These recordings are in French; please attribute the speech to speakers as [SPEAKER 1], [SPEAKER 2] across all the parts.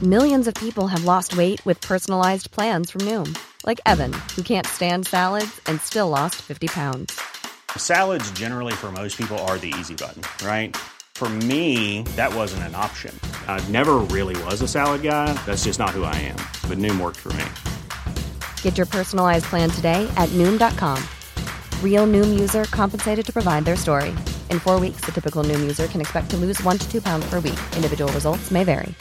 [SPEAKER 1] Millions of people have lost weight with personalized plans from Noom. Like Evan, who can't stand salads and still lost 50 pounds.
[SPEAKER 2] Salads generally for most people are the easy button, right? For me, that wasn't an option. I never really was a salad guy. That's just not who I am. But Noom worked for me.
[SPEAKER 1] Get your personalized plan today at Noom.com. Real Noom user compensated to provide their story. In 4 weeks, the typical Noom user can expect to lose 1 to 2 pounds per week. Individual results may vary.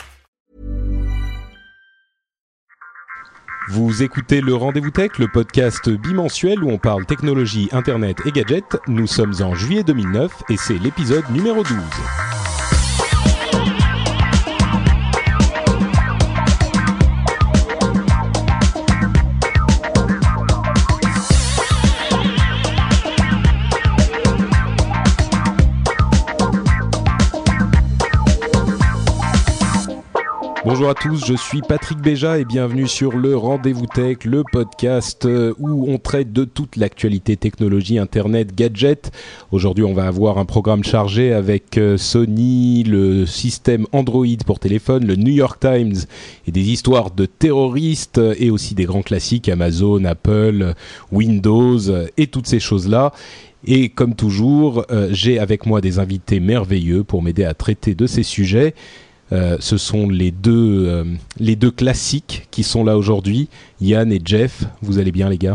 [SPEAKER 3] Vous écoutez le Rendez-vous Tech, le podcast bimensuel où on parle technologie, internet et gadgets. Nous sommes en juillet 2009 et c'est l'épisode numéro 12. Bonjour à tous, je suis Patrick Béja et bienvenue sur le Rendez-vous Tech, le podcast où on traite de toute l'actualité technologie, internet, gadgets. Aujourd'hui, on va avoir un programme chargé avec Sony, le système Android pour téléphone, le New York Times et des histoires de terroristes et aussi des grands classiques Amazon, Apple, Windows et toutes ces choses-là. Et comme toujours, j'ai avec moi des invités merveilleux pour m'aider à traiter de ces sujets. Ce sont les deux classiques qui sont là aujourd'hui, Yann et Jeff. Vous allez bien, les gars?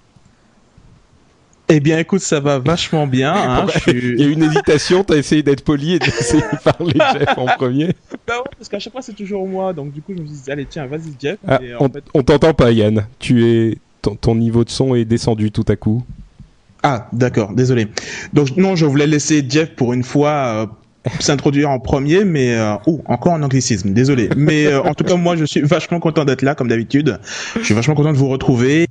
[SPEAKER 4] Eh bien, écoute, ça va vachement bien. Hein,
[SPEAKER 3] Il y a une hésitation, t'as essayé d'être poli et d'essayer de parler Jeff en premier.
[SPEAKER 4] Bah ouais, parce qu'à chaque fois, c'est toujours moi. Donc, du coup, je me dis, allez, tiens, vas-y, Jeff.
[SPEAKER 3] Ah,
[SPEAKER 4] et
[SPEAKER 3] on t'entend pas, Yann. Ton niveau de son est descendu tout à coup.
[SPEAKER 4] Ah, d'accord, désolé. Donc, non, je voulais laisser Jeff pour une fois... s'introduire en premier, mais encore un anglicisme, désolé. Mais en tout cas, moi, je suis vachement content d'être là, comme d'habitude. Je suis vachement content de vous retrouver.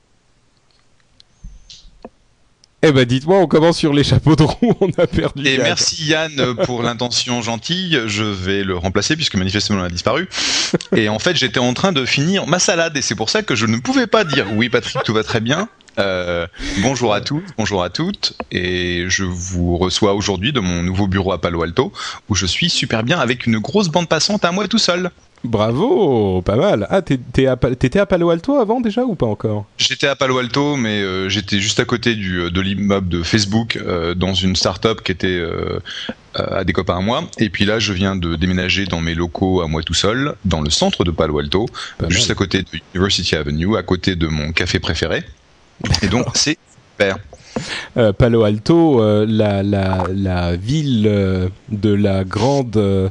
[SPEAKER 3] Eh ben, dites-moi, on commence sur les chapeaux de roue, on a perdu.
[SPEAKER 5] Et merci Yann pour l'intention gentille. Je vais le remplacer puisque manifestement il a disparu. Et en fait, j'étais en train de finir ma salade et c'est pour ça que je ne pouvais pas dire oui, Patrick, tout va très bien. Bonjour à tous, bonjour à toutes, et je vous reçois aujourd'hui de mon nouveau bureau à Palo Alto où je suis super bien avec une grosse bande passante à moi tout seul.
[SPEAKER 3] Bravo, pas mal. Ah, t'étais à Palo Alto avant déjà ou pas encore?
[SPEAKER 5] J'étais à Palo Alto, mais j'étais juste à côté de l'immeuble de Facebook dans une start-up qui était à des copains à moi. Et puis là, je viens de déménager dans mes locaux à moi tout seul, dans le centre de Palo Alto, juste à côté de University Avenue, à côté de mon café préféré. Et donc c'est super.
[SPEAKER 3] Palo Alto, la ville de la grande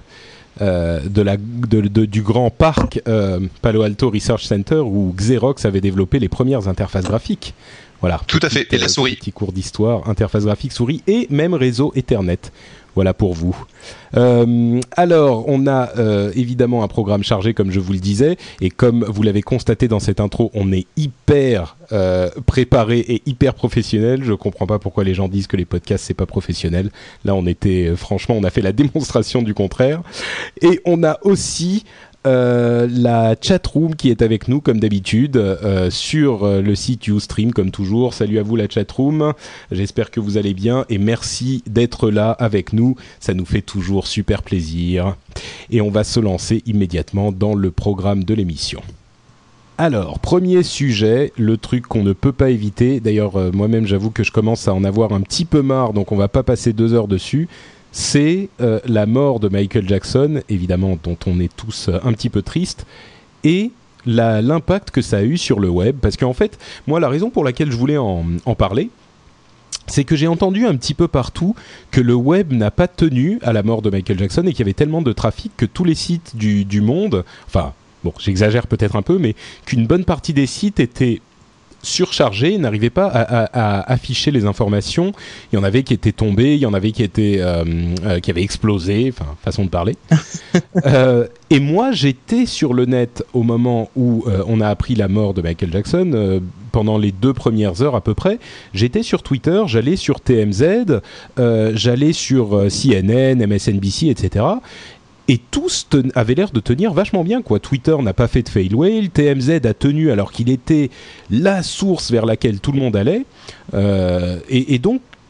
[SPEAKER 3] du grand parc Palo Alto Research Center où Xerox avait développé les premières interfaces graphiques. Voilà.
[SPEAKER 5] Tout à fait. Et la souris.
[SPEAKER 3] Petit cours d'histoire, interface graphique, souris et même réseau Ethernet. Voilà pour vous. Alors, on a évidemment un programme chargé, comme je vous le disais, et comme vous l'avez constaté dans cette intro, on est hyper préparé et hyper professionnel. Je comprends pas pourquoi les gens disent que les podcasts c'est pas professionnel. Là, franchement, on a fait la démonstration du contraire. Et on a aussi la chatroom qui est avec nous comme d'habitude sur le site Ustream comme toujours. Salut à vous la chatroom, j'espère que vous allez bien et merci d'être là avec nous, ça nous fait toujours super plaisir. Et on va se lancer immédiatement dans le programme de l'émission. Alors, premier sujet, le truc qu'on ne peut pas éviter, d'ailleurs moi-même j'avoue que je commence à en avoir un petit peu marre, donc on va pas passer 2 heures dessus. C'est la mort de Michael Jackson, évidemment, dont on est tous un petit peu tristes, et l'impact que ça a eu sur le web. Parce qu'en fait, moi, la raison pour laquelle je voulais en parler, c'est que j'ai entendu un petit peu partout que le web n'a pas tenu à la mort de Michael Jackson et qu'il y avait tellement de trafic que tous les sites du monde, enfin, bon, j'exagère peut-être un peu, mais qu'une bonne partie des sites étaient surchargés, n'arrivaient pas à afficher les informations. Il y en avait qui étaient tombés, il y en avait qui avaient explosé, enfin façon de parler. Et moi, j'étais sur le net au moment où on a appris la mort de Michael Jackson. Pendant les 2 premières heures à peu près, j'étais sur Twitter, j'allais sur TMZ, j'allais sur CNN, MSNBC, etc. Et tous avaient l'air de tenir vachement bien, quoi. Twitter n'a pas fait de fail whale, TMZ a tenu alors qu'il était la source vers laquelle tout le monde allait. Et donc,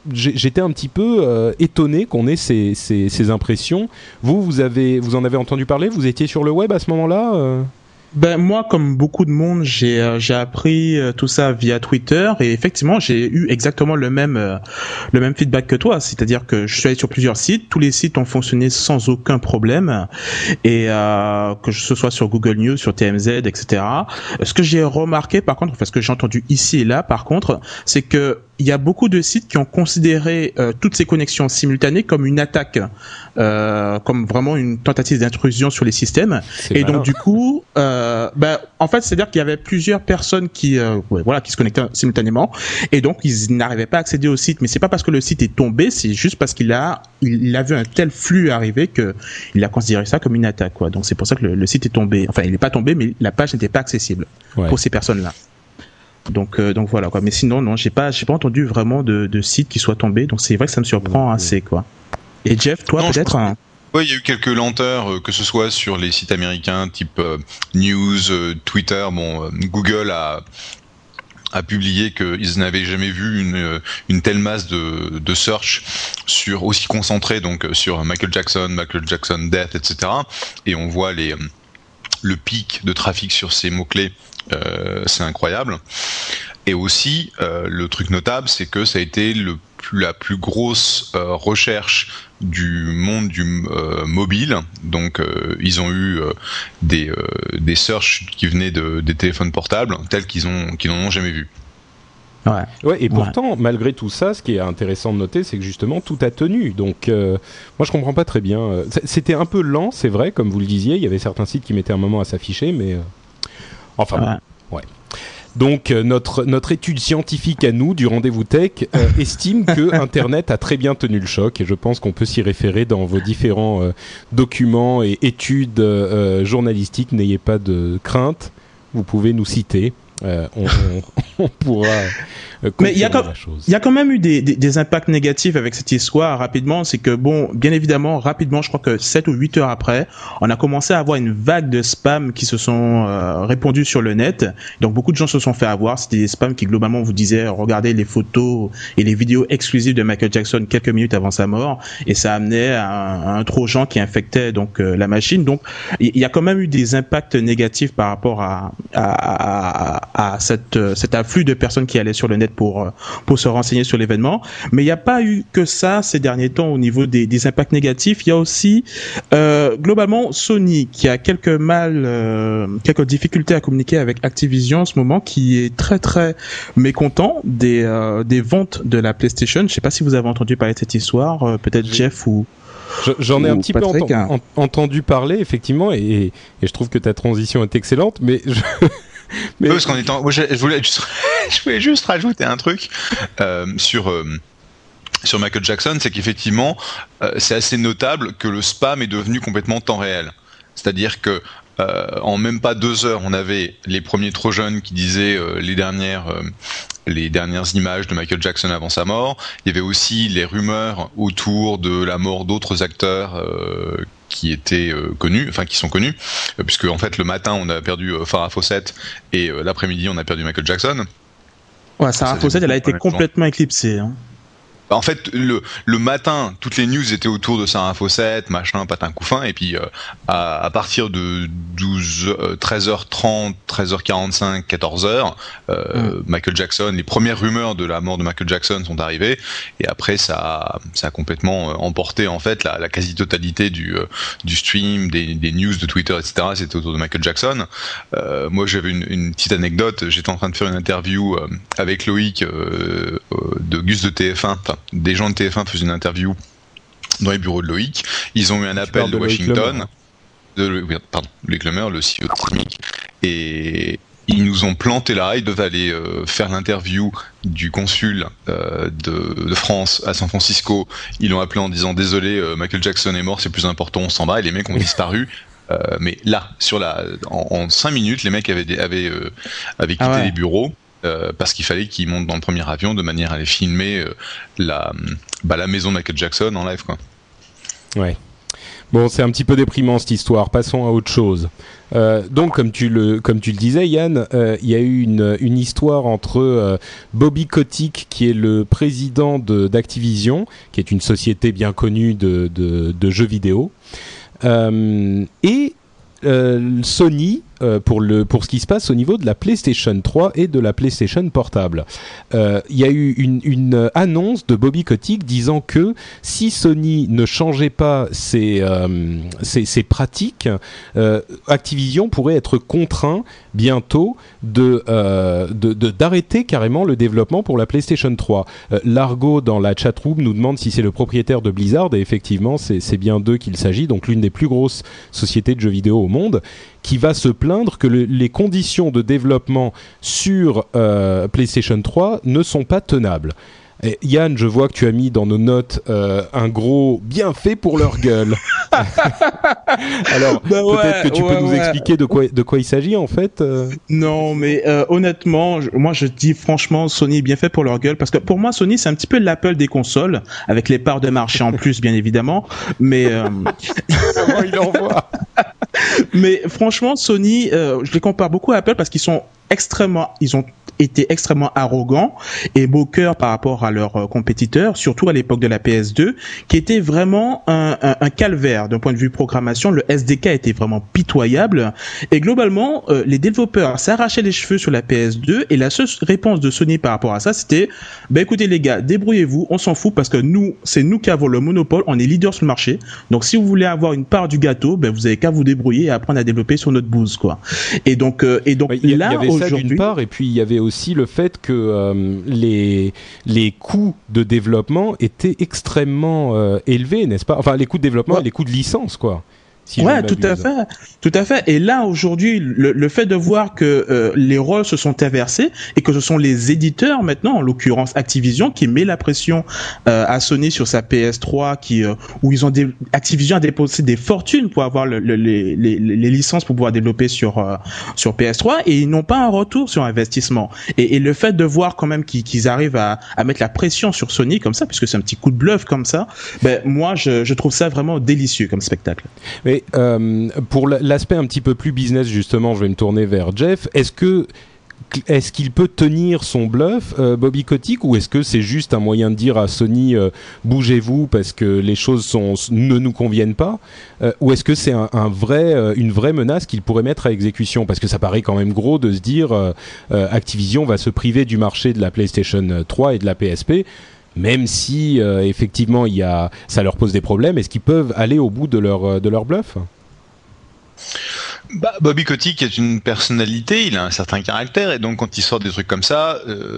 [SPEAKER 3] j'étais un petit peu étonné qu'on ait ces impressions. Vous en avez entendu parler? Vous étiez sur le web à ce moment-là?
[SPEAKER 4] Ben moi, comme beaucoup de monde, j'ai appris tout ça via Twitter et effectivement, j'ai eu exactement le même feedback que toi. C'est-à-dire que je suis allé sur plusieurs sites, tous les sites ont fonctionné sans aucun problème et que ce soit sur Google News, sur TMZ, etc. Ce que j'ai remarqué, par contre, parce que j'ai entendu ici et là, par contre, c'est que il y a beaucoup de sites qui ont considéré toutes ces connexions simultanées comme une attaque, comme vraiment une tentative d'intrusion sur les systèmes. Et donc du coup, en fait, c'est-à-dire qu'il y avait plusieurs personnes qui se connectaient simultanément, et donc ils n'arrivaient pas à accéder au site. Mais c'est pas parce que le site est tombé, c'est juste parce qu'il a vu un tel flux arriver que il a considéré ça comme une attaque, quoi. Donc c'est pour ça que le site est tombé. Enfin, il n'est pas tombé, mais la page n'était pas accessible pour ces personnes-là. Donc voilà, quoi. Mais sinon, non, j'ai pas entendu vraiment de site qui soit tombé. Donc c'est vrai que ça me surprend assez, quoi. Et Jeff, toi, peut-être.
[SPEAKER 5] Oui, il y a eu quelques lenteurs, que ce soit sur les sites américains type News, Twitter. Bon, Google a publié qu'ils n'avaient jamais vu une telle masse de search aussi concentrée, donc sur Michael Jackson Death, etc. Et on voit le pic de trafic sur ces mots-clés. C'est incroyable. Et aussi, le truc notable, c'est que ça a été la plus grosse recherche du monde du mobile. Donc, ils ont eu des searches qui venaient des téléphones portables tels qu'ils n'en ont jamais vu.
[SPEAKER 3] Ouais, et pourtant, malgré tout ça, ce qui est intéressant de noter, c'est que justement tout a tenu. Donc, moi, je comprends pas très bien. C'était un peu lent, c'est vrai, comme vous le disiez. Il y avait certains sites qui mettaient un moment à s'afficher, mais enfin, ouais. Donc, notre étude scientifique à nous du Rendez-vous Tech estime que Internet a très bien tenu le choc, et je pense qu'on peut s'y référer dans vos différents documents et études journalistiques. N'ayez pas de crainte, vous pouvez nous citer. On pourra
[SPEAKER 4] mais il y a quand même eu des impacts négatifs avec cette histoire rapidement. C'est que bon, bien évidemment, rapidement, je crois que 7 ou 8 heures après, on a commencé à avoir une vague de spams qui se sont répandus sur le net. Donc beaucoup de gens se sont fait avoir. C'était des spams qui globalement vous disaient regardez les photos et les vidéos exclusives de Michael Jackson quelques minutes avant sa mort, et ça amenait à un trojan qui infectait donc la machine. Donc il y a quand même eu des impacts négatifs par rapport à cet afflux de personnes qui allaient sur le net pour se renseigner sur l'événement. Mais il n'y a pas eu que ça ces derniers temps au niveau des impacts négatifs. Il y a aussi globalement Sony qui a quelques difficultés à communiquer avec Activision en ce moment, qui est très très mécontent des ventes de la PlayStation. Je ne sais pas si vous avez entendu parler de cette histoire, peut-être Jeff ou...
[SPEAKER 3] J'en ai un petit Patrick, peu entendu parler, effectivement, et je trouve que ta transition est excellente, mais...
[SPEAKER 5] Mais parce je voulais juste rajouter un truc sur Michael Jackson, c'est qu'effectivement, c'est assez notable que le spam est devenu complètement temps réel. C'est-à-dire que en même pas 2 heures, on avait les premiers trojans qui disaient les dernières images de Michael Jackson avant sa mort. Il y avait aussi les rumeurs autour de la mort d'autres acteurs qui étaient qui sont connus, puisque en fait le matin on a perdu Farrah Fawcett et l'après-midi on a perdu Michael Jackson. Ouais,
[SPEAKER 4] Farrah Fawcett, elle a été complètement éclipsée. Hein.
[SPEAKER 5] En fait, le matin, toutes les news étaient autour de Farrah Fawcett, machin, patin couffin, et puis à partir de 13h30, 13h45, 14h, Michael Jackson, les premières rumeurs de la mort de Michael Jackson sont arrivées, et après ça a complètement emporté en fait la quasi-totalité du stream, des news de Twitter, etc. C'était autour de Michael Jackson. Moi, j'avais une petite anecdote. J'étais en train de faire une interview avec Loïc de Gus de TF1. Enfin, des gens de TF1 faisaient une interview dans les bureaux de Loïc. Ils ont eu un appel de Washington, Loïc Lemer, le CEO de Simic, et ils nous ont planté là. Ils devaient aller faire l'interview du consul de France à San Francisco. Ils l'ont appelé en disant désolé, Michael Jackson est mort, c'est plus important, on s'en va. Et les mecs ont disparu. Mais là, en 5 minutes, les mecs avaient quitté les bureaux. Parce qu'il fallait qu'ils montent dans le premier avion de manière à aller filmer la maison de Michael Jackson en live, quoi.
[SPEAKER 3] Ouais. Bon, c'est un petit peu déprimant cette histoire. Passons à autre chose. Donc, comme tu le disais, Yann, il y a eu une histoire entre Bobby Kotick, qui est le président d'Activision, qui est une société bien connue de jeux vidéo, et Sony pour ce qui se passe au niveau de la PlayStation 3 et de la PlayStation Portable. Il y a eu une annonce de Bobby Kotick disant que si Sony ne changeait pas ses pratiques, Activision pourrait être contraint bientôt d'arrêter carrément le développement pour la PlayStation 3. Largo dans la chatroom nous demande si c'est le propriétaire de Blizzard, et effectivement c'est bien d'eux qu'il s'agit, donc l'une des plus grosses sociétés de jeux vidéo au monde, qui va se plaindre que les conditions de développement sur PlayStation 3 ne sont pas tenables. Et Yann, je vois que tu as mis dans nos notes un gros bien fait pour leur gueule. Alors, peut-être que tu peux nous expliquer de quoi il s'agit en fait.
[SPEAKER 4] Non, mais honnêtement, moi je dis franchement, Sony est bien fait pour leur gueule, parce que pour moi Sony c'est un petit peu l'Apple des consoles, avec les parts de marché en plus bien évidemment, mais
[SPEAKER 3] comment il envoie.
[SPEAKER 4] Mais franchement, Sony, je les compare beaucoup à Apple parce ils ont été extrêmement arrogants et moqueurs par rapport à leurs compétiteurs, surtout à l'époque de la PS2, qui était vraiment un calvaire d'un point de vue programmation. Le SDK était vraiment pitoyable et globalement, les développeurs s'arrachaient les cheveux sur la PS2 et la seule réponse de Sony par rapport à ça, c'était écoutez les gars, débrouillez-vous, on s'en fout parce que c'est nous qui avons le monopole, on est leader sur le marché. Donc si vous voulez avoir une part du gâteau, vous avez qu'à vous débrouiller et apprendre à développer sur notre bouse, quoi. Et donc là,
[SPEAKER 3] il y avait ça d'une part, et puis il y avait aussi le fait que les coûts de développement étaient extrêmement élevés, n'est-ce pas? Enfin, les coûts de développement et les coûts de licence, quoi. Si
[SPEAKER 4] tout à fait. Et là, aujourd'hui, le fait de voir que les rôles se sont inversés et que ce sont les éditeurs maintenant, en l'occurrence Activision, qui met la pression à Sony sur sa PS3, où Activision a dépensé des fortunes pour avoir les licences pour pouvoir développer sur PS3, et ils n'ont pas un retour sur investissement. Et le fait de voir quand même qu'ils arrivent à mettre la pression sur Sony comme ça, puisque c'est un petit coup de bluff comme ça, moi je trouve ça vraiment délicieux comme spectacle.
[SPEAKER 3] Mais pour l'aspect un petit peu plus business, justement, je vais me tourner vers Jeff. Est-ce qu'il peut tenir son bluff, Bobby Kotick, ou est-ce que c'est juste un moyen de dire à Sony bougez-vous parce que les choses ne nous conviennent pas, ou est-ce que c'est une vraie menace qu'il pourrait mettre à exécution, parce que ça paraît quand même gros de se dire Activision va se priver du marché de la PlayStation 3 et de la PSP. Même si effectivement ça leur pose des problèmes, est-ce qu'ils peuvent aller au bout de leur bluff?
[SPEAKER 5] Bobby Kotick est une personnalité, il a un certain caractère, et donc quand il sort des trucs comme ça,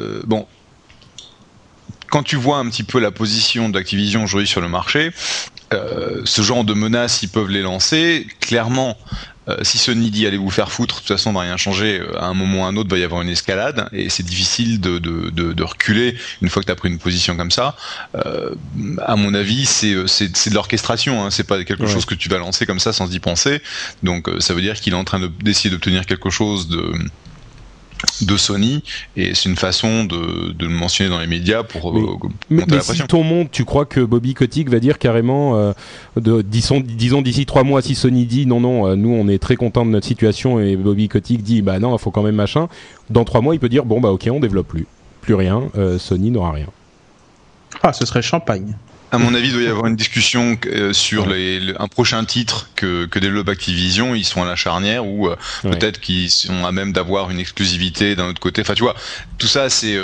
[SPEAKER 5] quand tu vois un petit peu la position d'Activision aujourd'hui sur le marché, ce genre de menaces, ils peuvent les lancer. Clairement, si Sony dit allez vous faire foutre, de toute façon, va rien changer. À un moment ou à un autre, va y avoir une escalade, et c'est difficile de reculer une fois que tu as pris une position comme ça. À mon avis, c'est de l'orchestration, hein. C'est pas quelque chose que tu vas lancer comme ça sans y penser. Donc, ça veut dire qu'il est en train d'essayer d'obtenir quelque chose de Sony, et c'est une façon de le mentionner dans les médias pour monter la pression.
[SPEAKER 3] Si ton monde, tu crois que Bobby Kotick va dire carrément disons d'ici 3 mois, si Sony dit non, nous on est très content de notre situation, et Bobby Kotick dit non, il faut quand même machin, dans 3 mois il peut dire ok, on développe plus rien, Sony n'aura rien.
[SPEAKER 4] Ce serait champagne.
[SPEAKER 5] À mon avis, il doit y avoir une discussion sur un prochain titre que développe Activision. Ils sont à la charnière, ou peut-être qu'ils sont à même d'avoir une exclusivité d'un autre côté. Enfin, tu vois, tout ça, c'est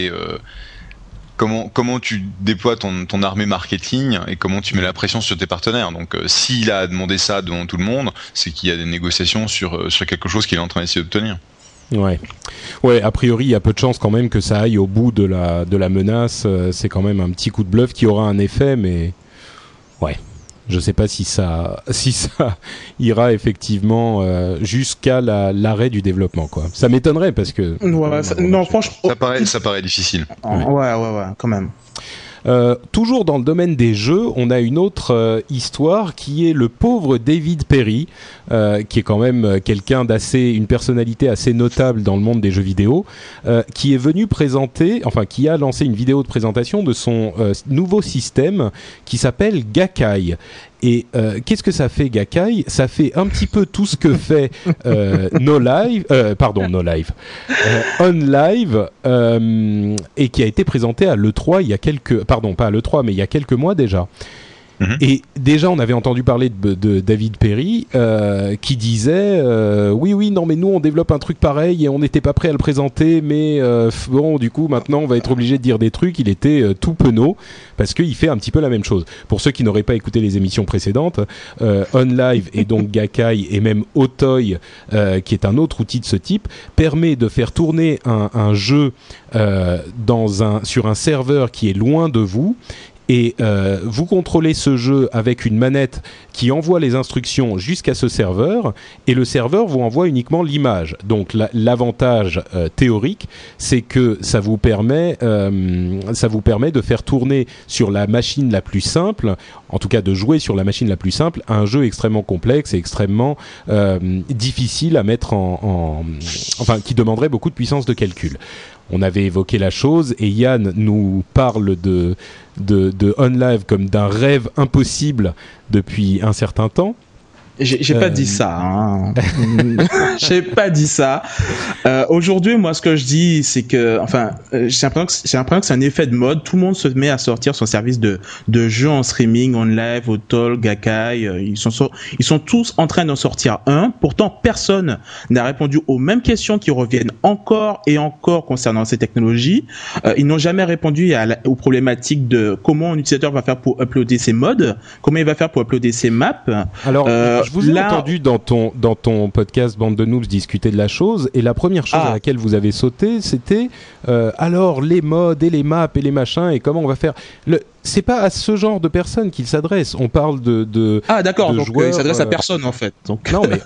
[SPEAKER 5] comment tu déploies ton armée marketing et comment tu mets la pression sur tes partenaires. Donc, s'il a demandé ça devant tout le monde, c'est qu'il y a des négociations sur quelque chose qu'il est en train d'essayer d'obtenir.
[SPEAKER 3] Ouais, a priori, il y a peu de chances quand même que ça aille au bout de la menace. C'est quand même un petit coup de bluff qui aura un effet, mais je sais pas si ça ira effectivement jusqu'à l'arrêt du développement, quoi. Ça m'étonnerait parce que
[SPEAKER 5] franchement, ça paraît difficile.
[SPEAKER 4] Ouais, quand même.
[SPEAKER 3] Toujours dans le domaine des jeux, on a une autre histoire qui est le pauvre David Perry, qui est quand même une personnalité assez notable dans le monde des jeux vidéo, qui est venu qui a lancé une vidéo de présentation de son nouveau système qui s'appelle Gakkai. Et qu'est-ce que ça fait, Gakkai ? Ça fait un petit peu tout ce que fait OnLive, et qui a été présenté à l'E3 il y a pas à l'E3, mais il y a quelques mois déjà. Et déjà, on avait entendu parler de David Perry qui disait oui, non, mais nous, on développe un truc pareil et on n'était pas prêt à le présenter, mais bon, du coup, maintenant, on va être obligé de dire des trucs. Il était tout penaud parce qu'il fait un petit peu la même chose. Pour ceux qui n'auraient pas écouté les émissions précédentes, OnLive et donc Gakkai et même Otoy, qui est un autre outil de ce type, permet de faire tourner un jeu sur un serveur qui est loin de vous. Et vous contrôlez ce jeu avec une manette qui envoie les instructions jusqu'à ce serveur, et le serveur vous envoie uniquement l'image. Donc l'avantage théorique, c'est que ça vous permet de faire tourner sur la machine la plus simple, en tout cas de jouer sur la machine la plus simple, un jeu extrêmement complexe et extrêmement difficile à mettre enfin qui demanderait beaucoup de puissance de calcul. On avait évoqué la chose et Yann nous parle de OnLive comme d'un rêve impossible depuis un certain temps.
[SPEAKER 4] J'ai pas dit ça. Hein. J'ai pas dit ça. Aujourd'hui, moi, ce que je dis, c'est que, j'ai l'impression que c'est un effet de mode. Tout le monde se met à sortir son service de jeux en streaming, OnLive, Otol, Gakkai. Ils sont tous en train d'en sortir un. Pourtant, personne n'a répondu aux mêmes questions qui reviennent encore et encore concernant ces technologies. Ils n'ont jamais répondu aux problématiques de comment un utilisateur va faire pour uploader ses mods, comment il va faire pour uploader ses maps.
[SPEAKER 3] Alors, je vous ai entendu dans ton podcast Bande de Noobs discuter de la chose, et la première chose à laquelle vous avez sauté, c'était alors les mods et les maps et les machins et comment on va faire. C'est pas à ce genre de personnes qu'il s'adresse. On parle de
[SPEAKER 4] d'accord,
[SPEAKER 3] de
[SPEAKER 4] donc
[SPEAKER 3] joueurs,
[SPEAKER 4] il s'adresse à personne en fait. Donc.
[SPEAKER 3] Non mais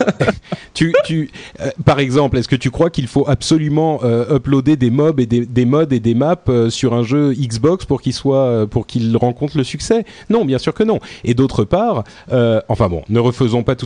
[SPEAKER 3] par exemple, est-ce que tu crois qu'il faut absolument uploader des mobs et des mods et des maps sur un jeu Xbox pour qu'il rencontre le succès ? Non, bien sûr que non. Et d'autre part, ne refaisons pas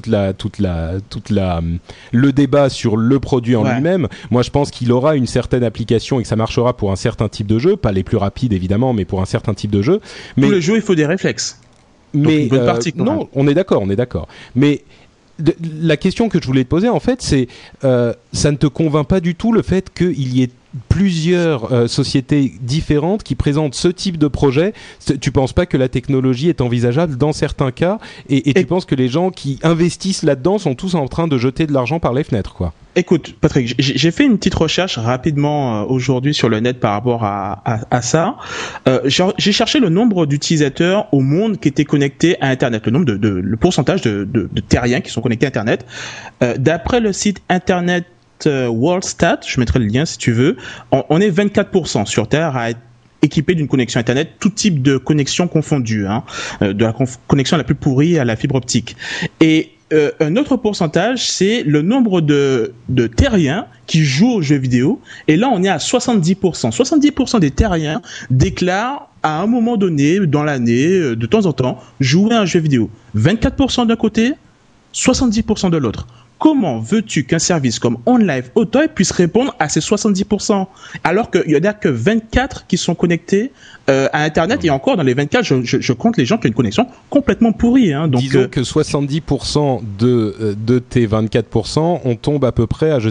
[SPEAKER 3] le débat sur le produit en lui-même. Moi, je pense qu'il aura une certaine application et que ça marchera pour un certain type de jeu, pas les plus rapides évidemment, mais pour un certain type de jeu. Mais
[SPEAKER 4] tous les jeux, il faut des réflexes.
[SPEAKER 3] Mais non, on est d'accord. Mais la question que je voulais te poser, en fait, c'est ça ne te convainc pas du tout le fait qu'il y ait plusieurs sociétés différentes qui présentent ce type de projet. Tu penses pas que la technologie est envisageable dans certains cas et tu penses que les gens qui investissent là-dedans sont tous en train de jeter de l'argent par les fenêtres, quoi.
[SPEAKER 4] Écoute, Patrick, j'ai fait une petite recherche rapidement aujourd'hui sur le net par rapport à ça. J'ai cherché le nombre d'utilisateurs au monde qui étaient connectés à Internet, le pourcentage de terriens qui sont connectés à Internet. D'après le site Internet WorldStat, je mettrai le lien si tu veux, on est 24% sur Terre à être équipé d'une connexion Internet, tout type de connexion confondue, de la connexion la plus pourrie à la fibre optique. Et un autre pourcentage, c'est le nombre de terriens qui jouent aux jeux vidéo. Et là, on est à 70%. 70% des terriens déclarent à un moment donné, dans l'année, de temps en temps, jouer à un jeu vidéo. 24% d'un côté, 70% de l'autre. Comment veux-tu qu'un service comme OnLive Otoy puisse répondre à ces 70% alors qu'il n'y en a que 24 qui sont connectés à Internet, et encore dans les 24, je compte les gens qui ont une connexion complètement pourrie. Donc,
[SPEAKER 3] disons que 70% de tes 24%, on tombe à peu près à,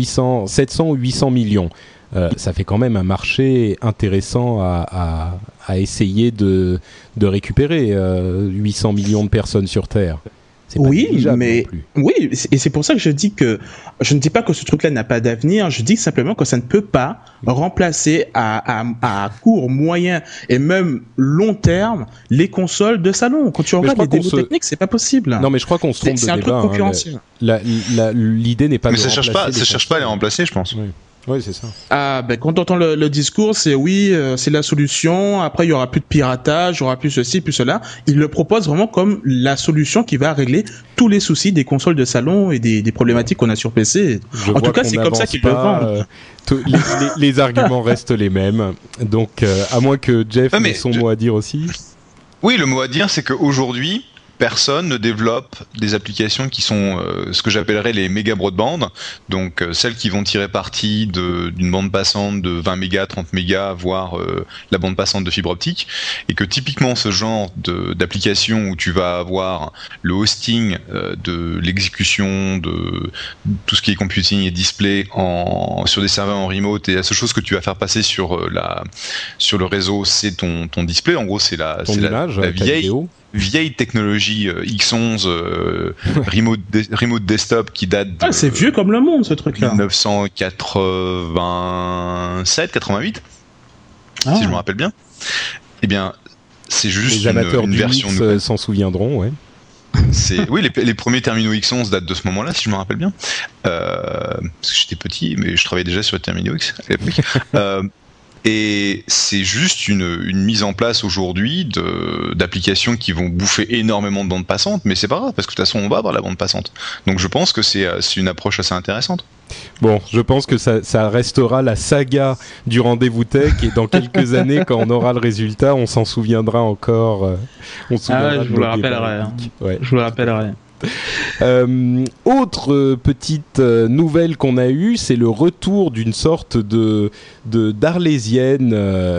[SPEAKER 3] 700 ou 800 millions. Ça fait quand même un marché intéressant à essayer de récupérer 800 millions de personnes sur Terre.
[SPEAKER 4] Oui, mais oui, et c'est pour ça que je dis que je ne dis pas que ce truc-là n'a pas d'avenir. Je dis simplement que ça ne peut pas remplacer à court, moyen et même long terme les consoles de salon. Quand tu regardes les démos techniques, c'est pas possible.
[SPEAKER 3] Non, mais je crois qu'on se trompe de débat.
[SPEAKER 4] C'est un truc concurrentiel.
[SPEAKER 3] L'idée n'est pas.
[SPEAKER 5] Mais ça cherche pas à les remplacer, je pense.
[SPEAKER 3] Oui, c'est ça.
[SPEAKER 4] Quand on entend le discours, c'est c'est la solution. Après, il y aura plus de piratage, il y aura plus ceci, plus cela. Il le propose vraiment comme la solution qui va régler tous les soucis des consoles de salon et des problématiques qu'on a sur PC. En tout cas, c'est comme ça qu'il le vend.
[SPEAKER 3] Les arguments restent les mêmes. Donc, à moins que Jeff ait son mot à dire aussi.
[SPEAKER 5] Oui, le mot à dire, c'est qu'aujourd'hui, personne ne développe des applications qui sont ce que j'appellerais les méga broadband, donc celles qui vont tirer parti d'une bande passante de 20 mégas, 30 mégas, voire la bande passante de fibre optique, et que typiquement ce genre d'application où tu vas avoir le hosting de l'exécution de tout ce qui est computing et display sur des serveurs en remote, et la seule chose que tu vas faire passer sur le réseau, c'est ton display. En gros, c'est la vieille technologie X11 remote desktop qui date de
[SPEAKER 4] c'est vieux comme le monde, ce truc-là.
[SPEAKER 5] 1987, 88, si je me rappelle bien. Eh bien, c'est juste
[SPEAKER 3] les amateurs
[SPEAKER 5] une version
[SPEAKER 3] nouvelle. S'en souviendront, ouais.
[SPEAKER 5] Oui, les premiers terminaux X11 datent de ce moment-là, si je me rappelle bien. Parce que j'étais petit, mais je travaillais déjà sur les terminaux X à l'époque. Et c'est juste une mise en place aujourd'hui d'applications qui vont bouffer énormément de bandes passantes, mais c'est pas grave, parce que de toute façon on va avoir la bande passante. Donc je pense que c'est une approche assez intéressante.
[SPEAKER 3] Bon, je pense que ça restera la saga du rendez-vous tech, et dans quelques années, quand on aura le résultat, on s'en souviendra encore.
[SPEAKER 4] Je vous le rappellerai.
[SPEAKER 3] Ouais.
[SPEAKER 4] Je vous le rappellerai.
[SPEAKER 3] Autre petite nouvelle qu'on a eue, c'est le retour d'une sorte d'arlésienne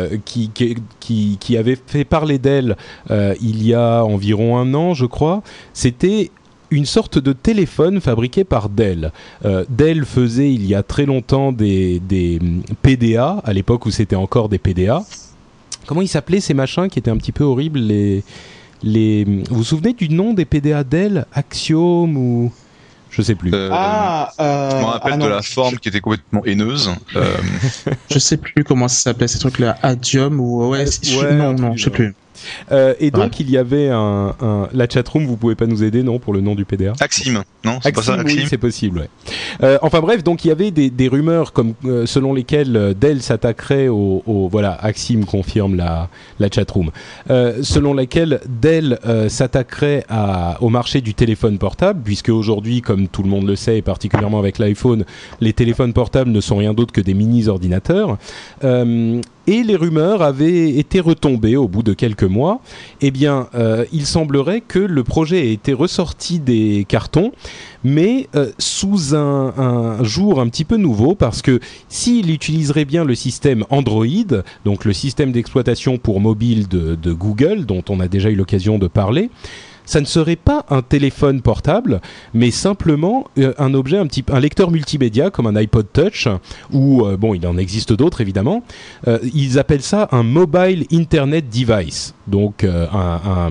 [SPEAKER 3] qui avait fait parler d'elle il y a environ un an, je crois. C'était une sorte de téléphone fabriqué par Dell. Dell faisait il y a très longtemps des PDA, à l'époque où c'était encore des PDA. Comment ils s'appelaient ces machins qui étaient un petit peu horribles, vous vous souvenez du nom des PDA Dell, Axiom ou je sais plus.
[SPEAKER 5] Je me rappelle de la forme qui était complètement haineuse.
[SPEAKER 4] Je sais plus comment ça s'appelait ces trucs-là, Adium ou non, je sais plus.
[SPEAKER 3] Et donc il y avait la chatroom, vous pouvez pas nous aider pour le nom du PDA?
[SPEAKER 5] Axim, non, c'est pas ça, Axim.
[SPEAKER 3] Oui, c'est possible, ouais. Enfin bref, donc il y avait des rumeurs selon lesquelles Dell s'attaquerait voilà, Axim confirme la chatroom, selon laquelle Dell s'attaquerait au marché du téléphone portable, puisque aujourd'hui, comme tout le monde le sait, et particulièrement avec l'iPhone, les téléphones portables ne sont rien d'autre que des mini-ordinateurs. Et les rumeurs avaient été retombées au bout de quelques mois. Eh bien, il semblerait que le projet ait été ressorti des cartons, mais sous un jour un petit peu nouveau, parce que s'il utiliserait bien le système Android, donc le système d'exploitation pour mobile de Google, dont on a déjà eu l'occasion de parler, ça ne serait pas un téléphone portable, mais simplement un objet, un lecteur multimédia comme un iPod Touch, ou il en existe d'autres évidemment. Ils appellent ça un Mobile Internet Device, donc un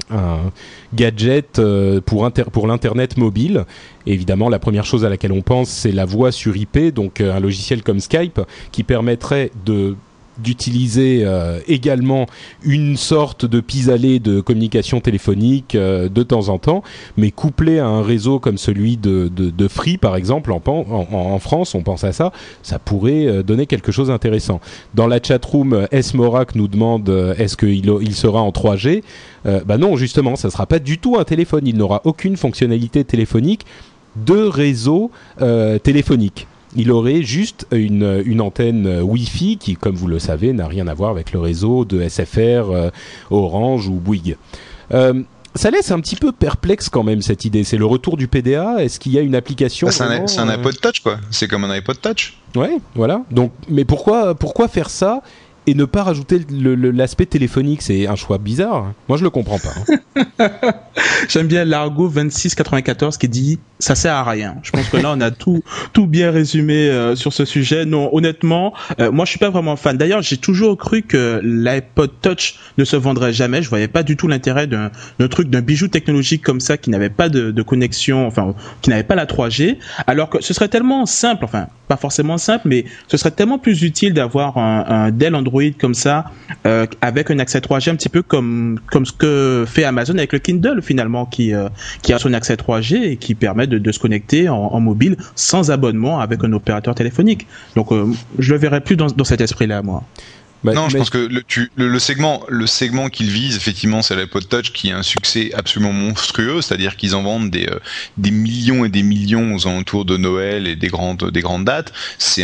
[SPEAKER 3] gadget pour l'Internet mobile. Et évidemment, la première chose à laquelle on pense, c'est la voix sur IP, donc un logiciel comme Skype qui permettrait d'utiliser également une sorte de pis-aller de communication téléphonique de temps en temps, mais couplé à un réseau comme celui de Free par exemple en France, on pense à ça pourrait donner quelque chose d'intéressant. Dans la chatroom, S-Morak nous demande est-ce qu'il sera en 3G? Non, justement, ça ne sera pas du tout un téléphone, il n'aura aucune fonctionnalité téléphonique de réseau téléphonique. Il aurait juste une antenne Wi-Fi qui, comme vous le savez, n'a rien à voir avec le réseau de SFR, Orange ou Bouygues. Ça laisse un petit peu perplexe quand même cette idée. C'est le retour du PDA. Est-ce qu'il y a une application
[SPEAKER 5] c'est un iPod Touch, quoi. C'est comme un iPod Touch.
[SPEAKER 3] Ouais, voilà. Donc, mais pourquoi faire ça et ne pas rajouter l'aspect téléphonique? C'est un choix bizarre. Moi, je le comprends pas.
[SPEAKER 4] J'aime bien l'argot 2694 qui dit « ça sert à rien ». Je pense que là, on a tout bien résumé sur ce sujet. Non, honnêtement, moi, je suis pas vraiment fan. D'ailleurs, j'ai toujours cru que l'iPod Touch ne se vendrait jamais. Je voyais pas du tout l'intérêt d'un bijou technologique comme ça qui n'avait pas de connexion, enfin, qui n'avait pas la 3G, alors que ce serait tellement simple, enfin, pas forcément simple, mais ce serait tellement plus utile d'avoir un Dell Android comme ça, avec un accès 3G un petit peu comme ce que fait Amazon avec le Kindle finalement, qui a son accès 3G et qui permet de se connecter en mobile sans abonnement avec un opérateur téléphonique. Donc je le verrais plus dans cet esprit-là, moi.
[SPEAKER 5] Non, je pense que le segment qu'ils visent, effectivement, c'est l'iPod Touch qui a un succès absolument monstrueux, c'est-à-dire qu'ils en vendent des millions et des millions aux alentours de Noël et des grandes dates. C'est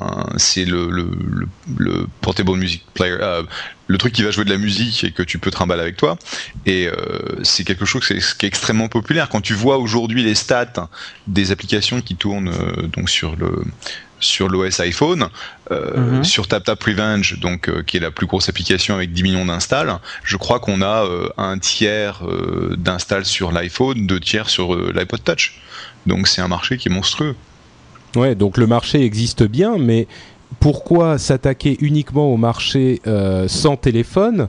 [SPEAKER 5] le portable music player, le truc qui va jouer de la musique et que tu peux trimballer avec toi. Et c'est quelque chose qui est extrêmement populaire. Quand tu vois aujourd'hui les stats des applications qui tournent donc sur l'OS iPhone, sur TapTap Revenge, donc qui est la plus grosse application avec 10 millions d'installs, je crois qu'on a un tiers d'installs sur l'iPhone, 2 tiers sur l'iPod Touch. Donc c'est un marché qui est monstrueux.
[SPEAKER 3] Ouais, donc le marché existe bien, mais pourquoi s'attaquer uniquement au marché sans téléphone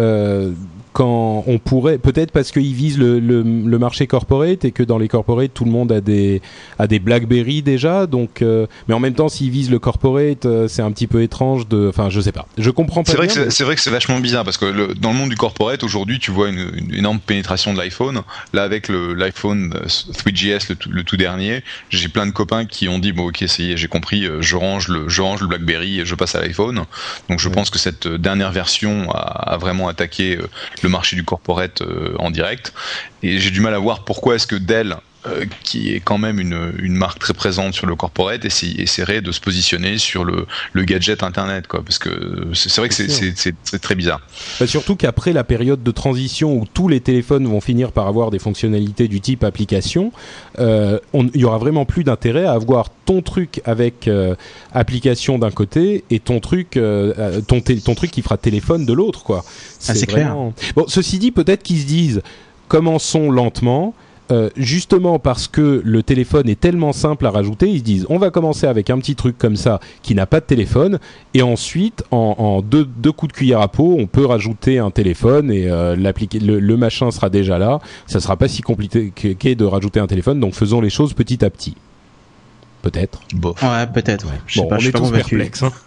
[SPEAKER 3] quand on pourrait, peut-être parce qu'ils visent le marché corporate et que dans les corporates tout le monde a des BlackBerry déjà, donc mais en même temps s'ils visent le corporate c'est un petit peu étrange enfin je sais pas, je comprends pas.
[SPEAKER 5] C'est vrai que c'est vachement bizarre parce que dans le monde du corporate aujourd'hui tu vois une énorme pénétration de l'iPhone. Là avec l'iPhone 3GS le tout dernier, j'ai plein de copains qui ont dit bon ok ça y est j'ai compris, je range le BlackBerry et je passe à l'iPhone. Donc je pense que cette dernière version a vraiment attaqué le marché du corporate en direct, et j'ai du mal à voir pourquoi est-ce que Dell, qui est quand même une marque très présente sur le corporate, essaierait de se positionner sur le gadget internet, quoi, parce que c'est vrai que c'est très bizarre.
[SPEAKER 3] Surtout qu'après la période de transition où tous les téléphones vont finir par avoir des fonctionnalités du type application, il y aura vraiment plus d'intérêt à avoir ton truc avec application d'un côté et ton truc qui fera téléphone de l'autre, quoi.
[SPEAKER 4] C'est
[SPEAKER 3] vraiment...
[SPEAKER 4] clair.
[SPEAKER 3] Bon, ceci dit, peut-être qu'ils se disent commençons lentement. Justement parce que le téléphone est tellement simple à rajouter, ils se disent on va commencer avec un petit truc comme ça qui n'a pas de téléphone, et ensuite en deux coups de cuillère à peau on peut rajouter un téléphone et le machin sera déjà là, ça sera pas si compliqué de rajouter un téléphone, donc faisons les choses petit à petit. Peut-être.
[SPEAKER 4] Bof. Ouais, peut-être. Ouais.
[SPEAKER 3] Je sais pas, on est tous perplexes. Hein.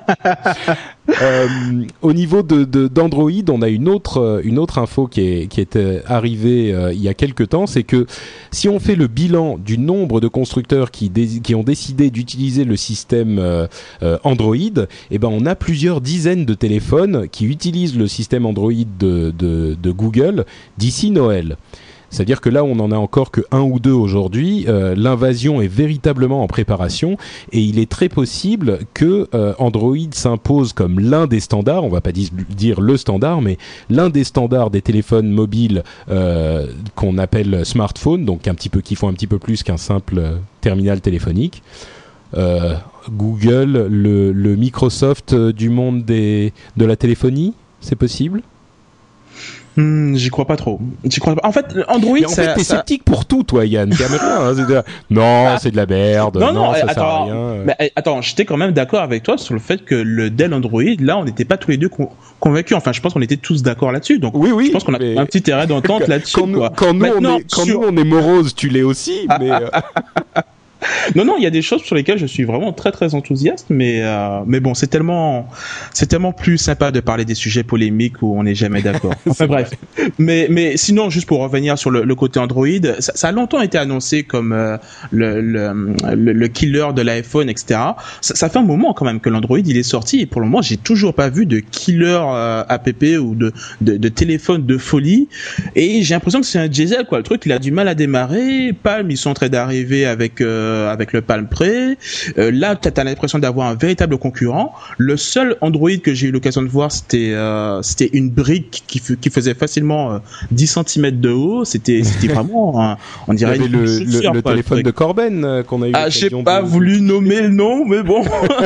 [SPEAKER 3] Au niveau d'Android, on a une autre info qui est arrivée il y a quelques temps, c'est que si on fait le bilan du nombre de constructeurs qui ont décidé d'utiliser le système Android, eh ben on a plusieurs dizaines de téléphones qui utilisent le système Android de Google d'ici Noël. C'est-à-dire que là, on n'en a encore que 1 ou 2 aujourd'hui. L'invasion est véritablement en préparation et il est très possible que Android s'impose comme l'un des standards, on va pas dire le standard, mais l'un des standards des téléphones mobiles qu'on appelle smartphone, donc qui font un petit peu plus qu'un simple terminal téléphonique. Google, le Microsoft du monde de la téléphonie, c'est possible ?
[SPEAKER 4] J'y crois pas trop. En fait, Android,
[SPEAKER 3] mais en fait, t'es sceptique pour tout, toi, Yann. Non, c'est de la merde. Non, ça sert à rien.
[SPEAKER 4] Mais attends, j'étais quand même d'accord avec toi sur le fait que le Dell Android, là, on n'était pas tous les deux convaincus. Enfin, je pense qu'on était tous d'accord là-dessus. Donc,
[SPEAKER 3] oui,
[SPEAKER 4] je pense qu'on a un petit terrain d'entente là-dessus.
[SPEAKER 3] Quand nous, on est morose, tu l'es aussi. Mais
[SPEAKER 4] Non, il y a des choses sur lesquelles je suis vraiment très très enthousiaste, mais bon, c'est tellement plus sympa de parler des sujets polémiques où on n'est jamais d'accord. Enfin bref. Mais sinon, juste pour revenir sur le côté Android, ça a longtemps été annoncé comme le killer de l'iPhone, etc. Ça fait un moment quand même que l'Android il est sorti, et pour le moment, j'ai toujours pas vu de killer app ou de téléphone de folie, et j'ai l'impression que c'est un diesel, quoi. Le truc, il a du mal à démarrer. Palm, ils sont en train d'arriver avec le Palm Pre. Là, t'as l'impression d'avoir un véritable concurrent. Le seul Android que j'ai eu l'occasion de voir, c'était une brique qui faisait facilement 10 cm de haut. C'était vraiment, on dirait
[SPEAKER 3] le téléphone de Corben qu'on a eu.
[SPEAKER 4] J'ai pas voulu nommer le nom, mais bon.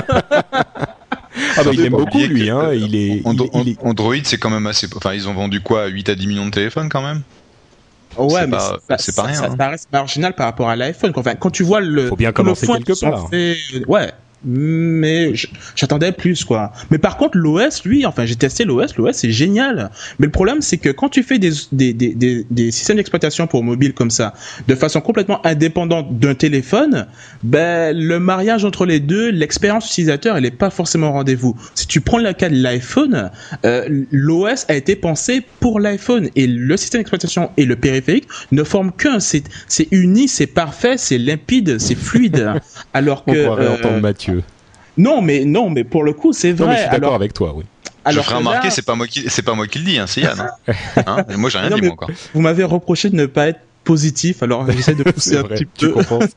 [SPEAKER 3] Il aime beaucoup lui, hein.
[SPEAKER 5] Android, c'est quand même assez. Enfin, ils ont vendu quoi, 8 à 10 millions de téléphones quand même.
[SPEAKER 4] Ouais, mais
[SPEAKER 5] c'est pas rien.
[SPEAKER 4] Ça reste marginal par rapport à l'iPhone. Enfin, quand tu vois
[SPEAKER 3] faut bien commencer quelque part.
[SPEAKER 4] Ouais. Mais j'attendais plus, quoi. Mais par contre, l'OS, lui, enfin, j'ai testé l'OS c'est génial. Mais le problème, c'est que quand tu fais des systèmes d'exploitation pour mobile comme ça, de façon complètement indépendante d'un téléphone, ben, le mariage entre les deux, l'expérience utilisateur, elle est pas forcément au rendez-vous. Si tu prends le cas de l'iPhone, l'OS a été pensé pour l'iPhone, et le système d'exploitation et le périphérique ne forment qu'un. C'est uni, c'est parfait, c'est limpide, c'est fluide. Alors que
[SPEAKER 3] on pourrait entendre Mathieu.
[SPEAKER 4] Non, mais pour le coup, c'est vrai.
[SPEAKER 3] Non, mais je suis d'accord avec toi, oui.
[SPEAKER 5] Je ferai remarquer, c'est pas moi qui le dis, hein, c'est Yann. Hein moi, j'ai rien dit, moi, encore.
[SPEAKER 4] Vous m'avez reproché de ne pas être positif, alors j'essaie de pousser un petit peu.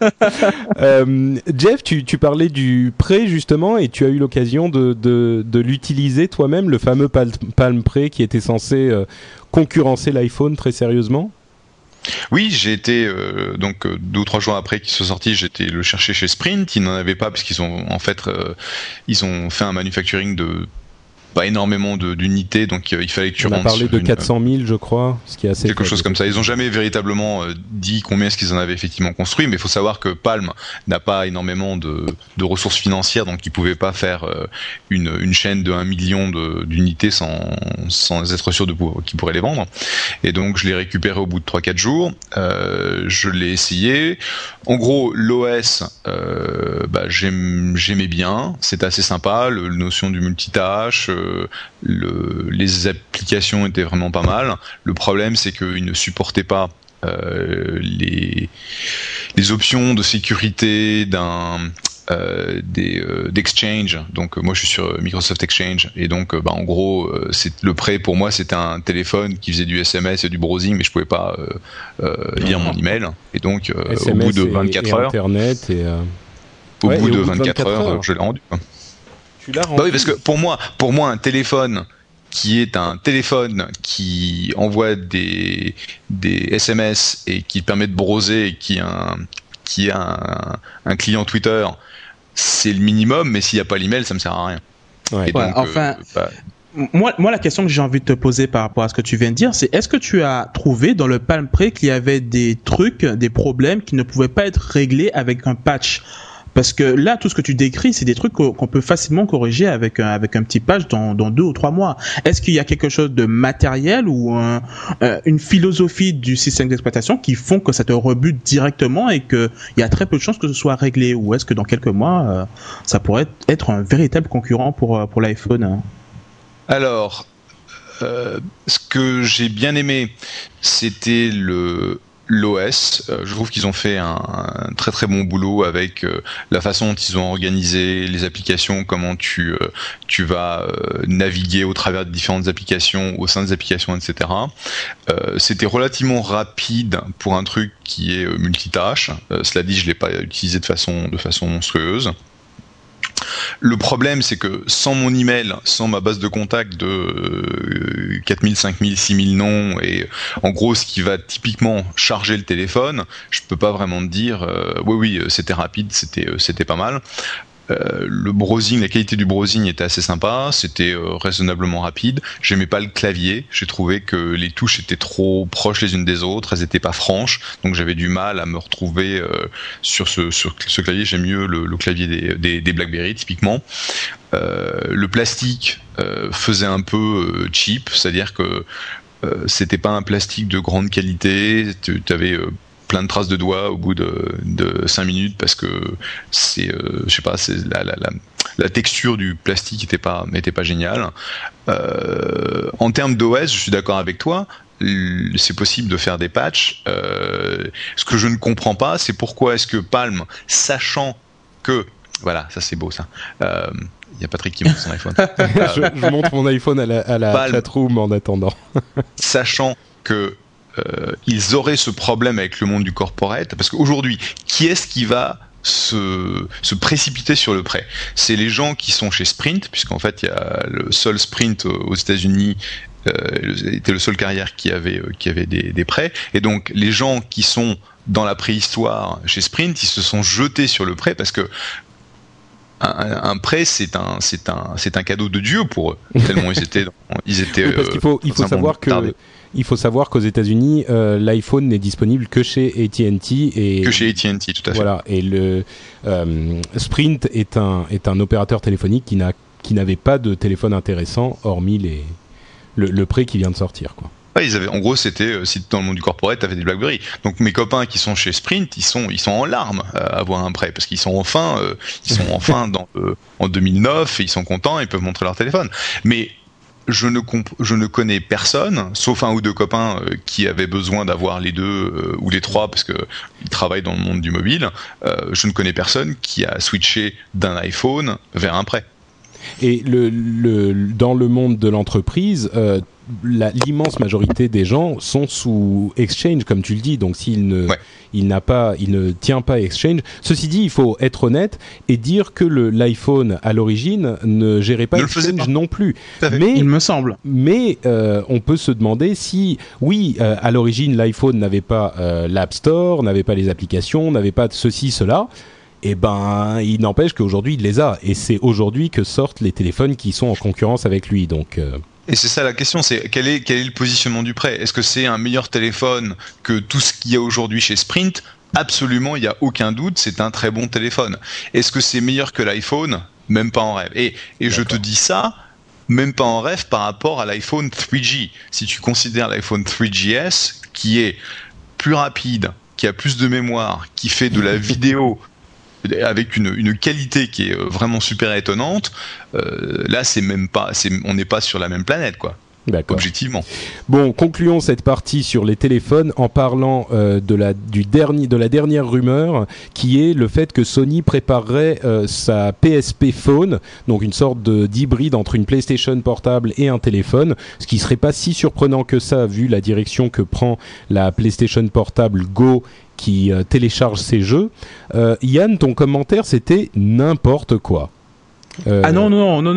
[SPEAKER 3] Jeff, tu parlais du prêt justement, et tu as eu l'occasion de l'utiliser toi-même, le fameux Palm Pre qui était censé concurrencer l'iPhone très sérieusement.
[SPEAKER 5] Oui, j'ai été donc 2 ou 3 jours après qu'il soit sorti, j'ai été le chercher chez Sprint. Ils n'en avaient pas parce qu'ils ont en fait ils ont fait un manufacturing de pas énormément d'unités, donc il fallait que tu rentres.
[SPEAKER 3] On a parlé de 400 000, je crois, ce qui est assez
[SPEAKER 5] quelque chose comme ça. Ils ont jamais véritablement dit combien est-ce qu'ils en avaient effectivement construit, mais il faut savoir que Palm n'a pas énormément de ressources financières, donc ils pouvaient pas faire une chaîne de 1 million d'unités sans être sûr qu'ils pourraient les vendre. Et donc je l'ai récupéré au bout de 3-4 jours. Je l'ai essayé. En gros, l'OS, j'aimais bien. C'était assez sympa. La notion du multitâche. Les applications étaient vraiment pas mal. Le problème, c'est qu'ils ne supportaient pas les options de sécurité d'Exchange. Donc moi je suis sur Microsoft Exchange, et donc en gros le prêt pour moi c'était un téléphone qui faisait du SMS et du browsing, mais je pouvais pas lire mon email, et donc au bout de 24 heures
[SPEAKER 3] Internet
[SPEAKER 5] au bout de 24 heures je l'ai rendu.
[SPEAKER 3] Tu l'as rendu.
[SPEAKER 5] Oui, parce que pour moi un téléphone qui est un téléphone qui envoie des SMS et qui permet de browser, et qui a un client Twitter, c'est le minimum, mais s'il n'y a pas l'email, ça me sert à rien.
[SPEAKER 4] Ouais. Et donc, moi, la question que j'ai envie de te poser par rapport à ce que tu viens de dire, c'est est-ce que tu as trouvé dans le Palm Pre qu'il y avait des trucs, des problèmes qui ne pouvaient pas être réglés avec un patch? Parce que là, tout ce que tu décris, c'est des trucs qu'on peut facilement corriger avec un petit patch dans 2 ou 3 mois. Est-ce qu'il y a quelque chose de matériel ou une philosophie du système d'exploitation qui font que ça te rebute directement et qu'il y a très peu de chances que ce soit réglé? Ou est-ce que dans quelques mois, ça pourrait être un véritable concurrent pour l'iPhone?
[SPEAKER 5] Alors, ce que j'ai bien aimé, c'était l'OS. Je trouve qu'ils ont fait un très très bon boulot avec la façon dont ils ont organisé les applications, comment tu vas naviguer au travers de différentes applications, au sein des applications, etc. C'était relativement rapide pour un truc qui est multitâche. Cela dit, je l'ai pas utilisé de façon monstrueuse. Le problème, c'est que sans mon email, sans ma base de contact de 4000, 5000, 6000 noms, et en gros ce qui va typiquement charger le téléphone, je peux pas vraiment te dire oui, c'était rapide, c'était pas mal. Le browsing, la qualité du browsing était assez sympa, c'était raisonnablement rapide. J'aimais pas le clavier, j'ai trouvé que les touches étaient trop proches les unes des autres, elles étaient pas franches, donc j'avais du mal à me retrouver sur ce clavier. J'aime mieux le clavier des BlackBerry typiquement. Le plastique faisait un peu cheap, c'est-à-dire que c'était pas un plastique de grande qualité. Tu avais plein de traces de doigts au bout de 5 minutes parce que c'est je sais pas, c'est la texture du plastique était pas géniale. En termes d'OS, je suis d'accord avec toi, c'est possible de faire des patchs. Ce que je ne comprends pas, c'est pourquoi est-ce que Palm, sachant que voilà, ça c'est beau ça. Il y a Patrick qui montre son iPhone.
[SPEAKER 3] Je montre mon iPhone à la chatroom en attendant.
[SPEAKER 5] Sachant que ils auraient ce problème avec le monde du corporate, parce qu'aujourd'hui, qui est-ce qui va se précipiter sur le prêt? C'est les gens qui sont chez Sprint, puisqu'en fait, il y a le seul Sprint aux États-Unis était le seul carrière qui avait des prêts, et donc les gens qui sont dans la préhistoire chez Sprint, ils se sont jetés sur le prêt parce que un prêt, c'est un cadeau de Dieu pour eux, tellement ils étaient
[SPEAKER 3] oui, parce il faut savoir qu'aux États-Unis, l'iPhone n'est disponible que chez AT&T
[SPEAKER 5] que chez AT&T, tout à fait.
[SPEAKER 3] Voilà, et le Sprint est un opérateur téléphonique qui n'avait pas de téléphone intéressant hormis le prêt qui vient de sortir, quoi.
[SPEAKER 5] Ouais, en gros, c'était si dans le monde du corporate, t'avais des BlackBerry. Donc mes copains qui sont chez Sprint, ils sont en larmes à avoir un prêt parce qu'ils sont enfin en 2009 et ils sont contents, ils peuvent montrer leur téléphone. Mais je ne connais personne, sauf un ou deux copains qui avaient besoin d'avoir les deux ou les trois parce que ils travaillent dans le monde du mobile. Je ne connais personne qui a switché d'un iPhone vers un prêt.
[SPEAKER 3] Et dans le monde de l'entreprise, l'immense majorité des gens sont sous Exchange, comme tu le dis. Donc s'il ne tient pas Exchange. Ceci dit, il faut être honnête et dire que l'iPhone à l'origine ne gérait pas Exchange non plus. Mais
[SPEAKER 4] il me semble.
[SPEAKER 3] Mais on peut se demander si, oui, à l'origine l'iPhone n'avait pas l'App Store, n'avait pas les applications, n'avait pas ceci, cela. Et ben, il n'empêche qu'aujourd'hui il les a. Et c'est aujourd'hui que sortent les téléphones qui sont en concurrence avec lui. Donc
[SPEAKER 5] Et c'est ça la question, c'est quel est le positionnement du prêt ? Est-ce que c'est un meilleur téléphone que tout ce qu'il y a aujourd'hui chez Sprint ? Absolument, il n'y a aucun doute, c'est un très bon téléphone. Est-ce que c'est meilleur que l'iPhone ? Même pas en rêve. Et je te dis ça, même pas en rêve par rapport à l'iPhone 3G. Si tu considères l'iPhone 3GS, qui est plus rapide, qui a plus de mémoire, qui fait de la vidéo avec une qualité qui est vraiment super étonnante, là on n'est pas sur la même planète, quoi.
[SPEAKER 3] D'accord.
[SPEAKER 5] Objectivement.
[SPEAKER 3] Bon, concluons cette partie sur les téléphones en parlant de la dernière rumeur, qui est le fait que Sony préparerait sa PSP Phone, donc une sorte d'hybride entre une PlayStation portable et un téléphone, ce qui serait pas si surprenant que ça vu la direction que prend la PlayStation portable Go qui télécharge ses jeux. Yann, ton commentaire c'était n'importe quoi.
[SPEAKER 4] Ah non,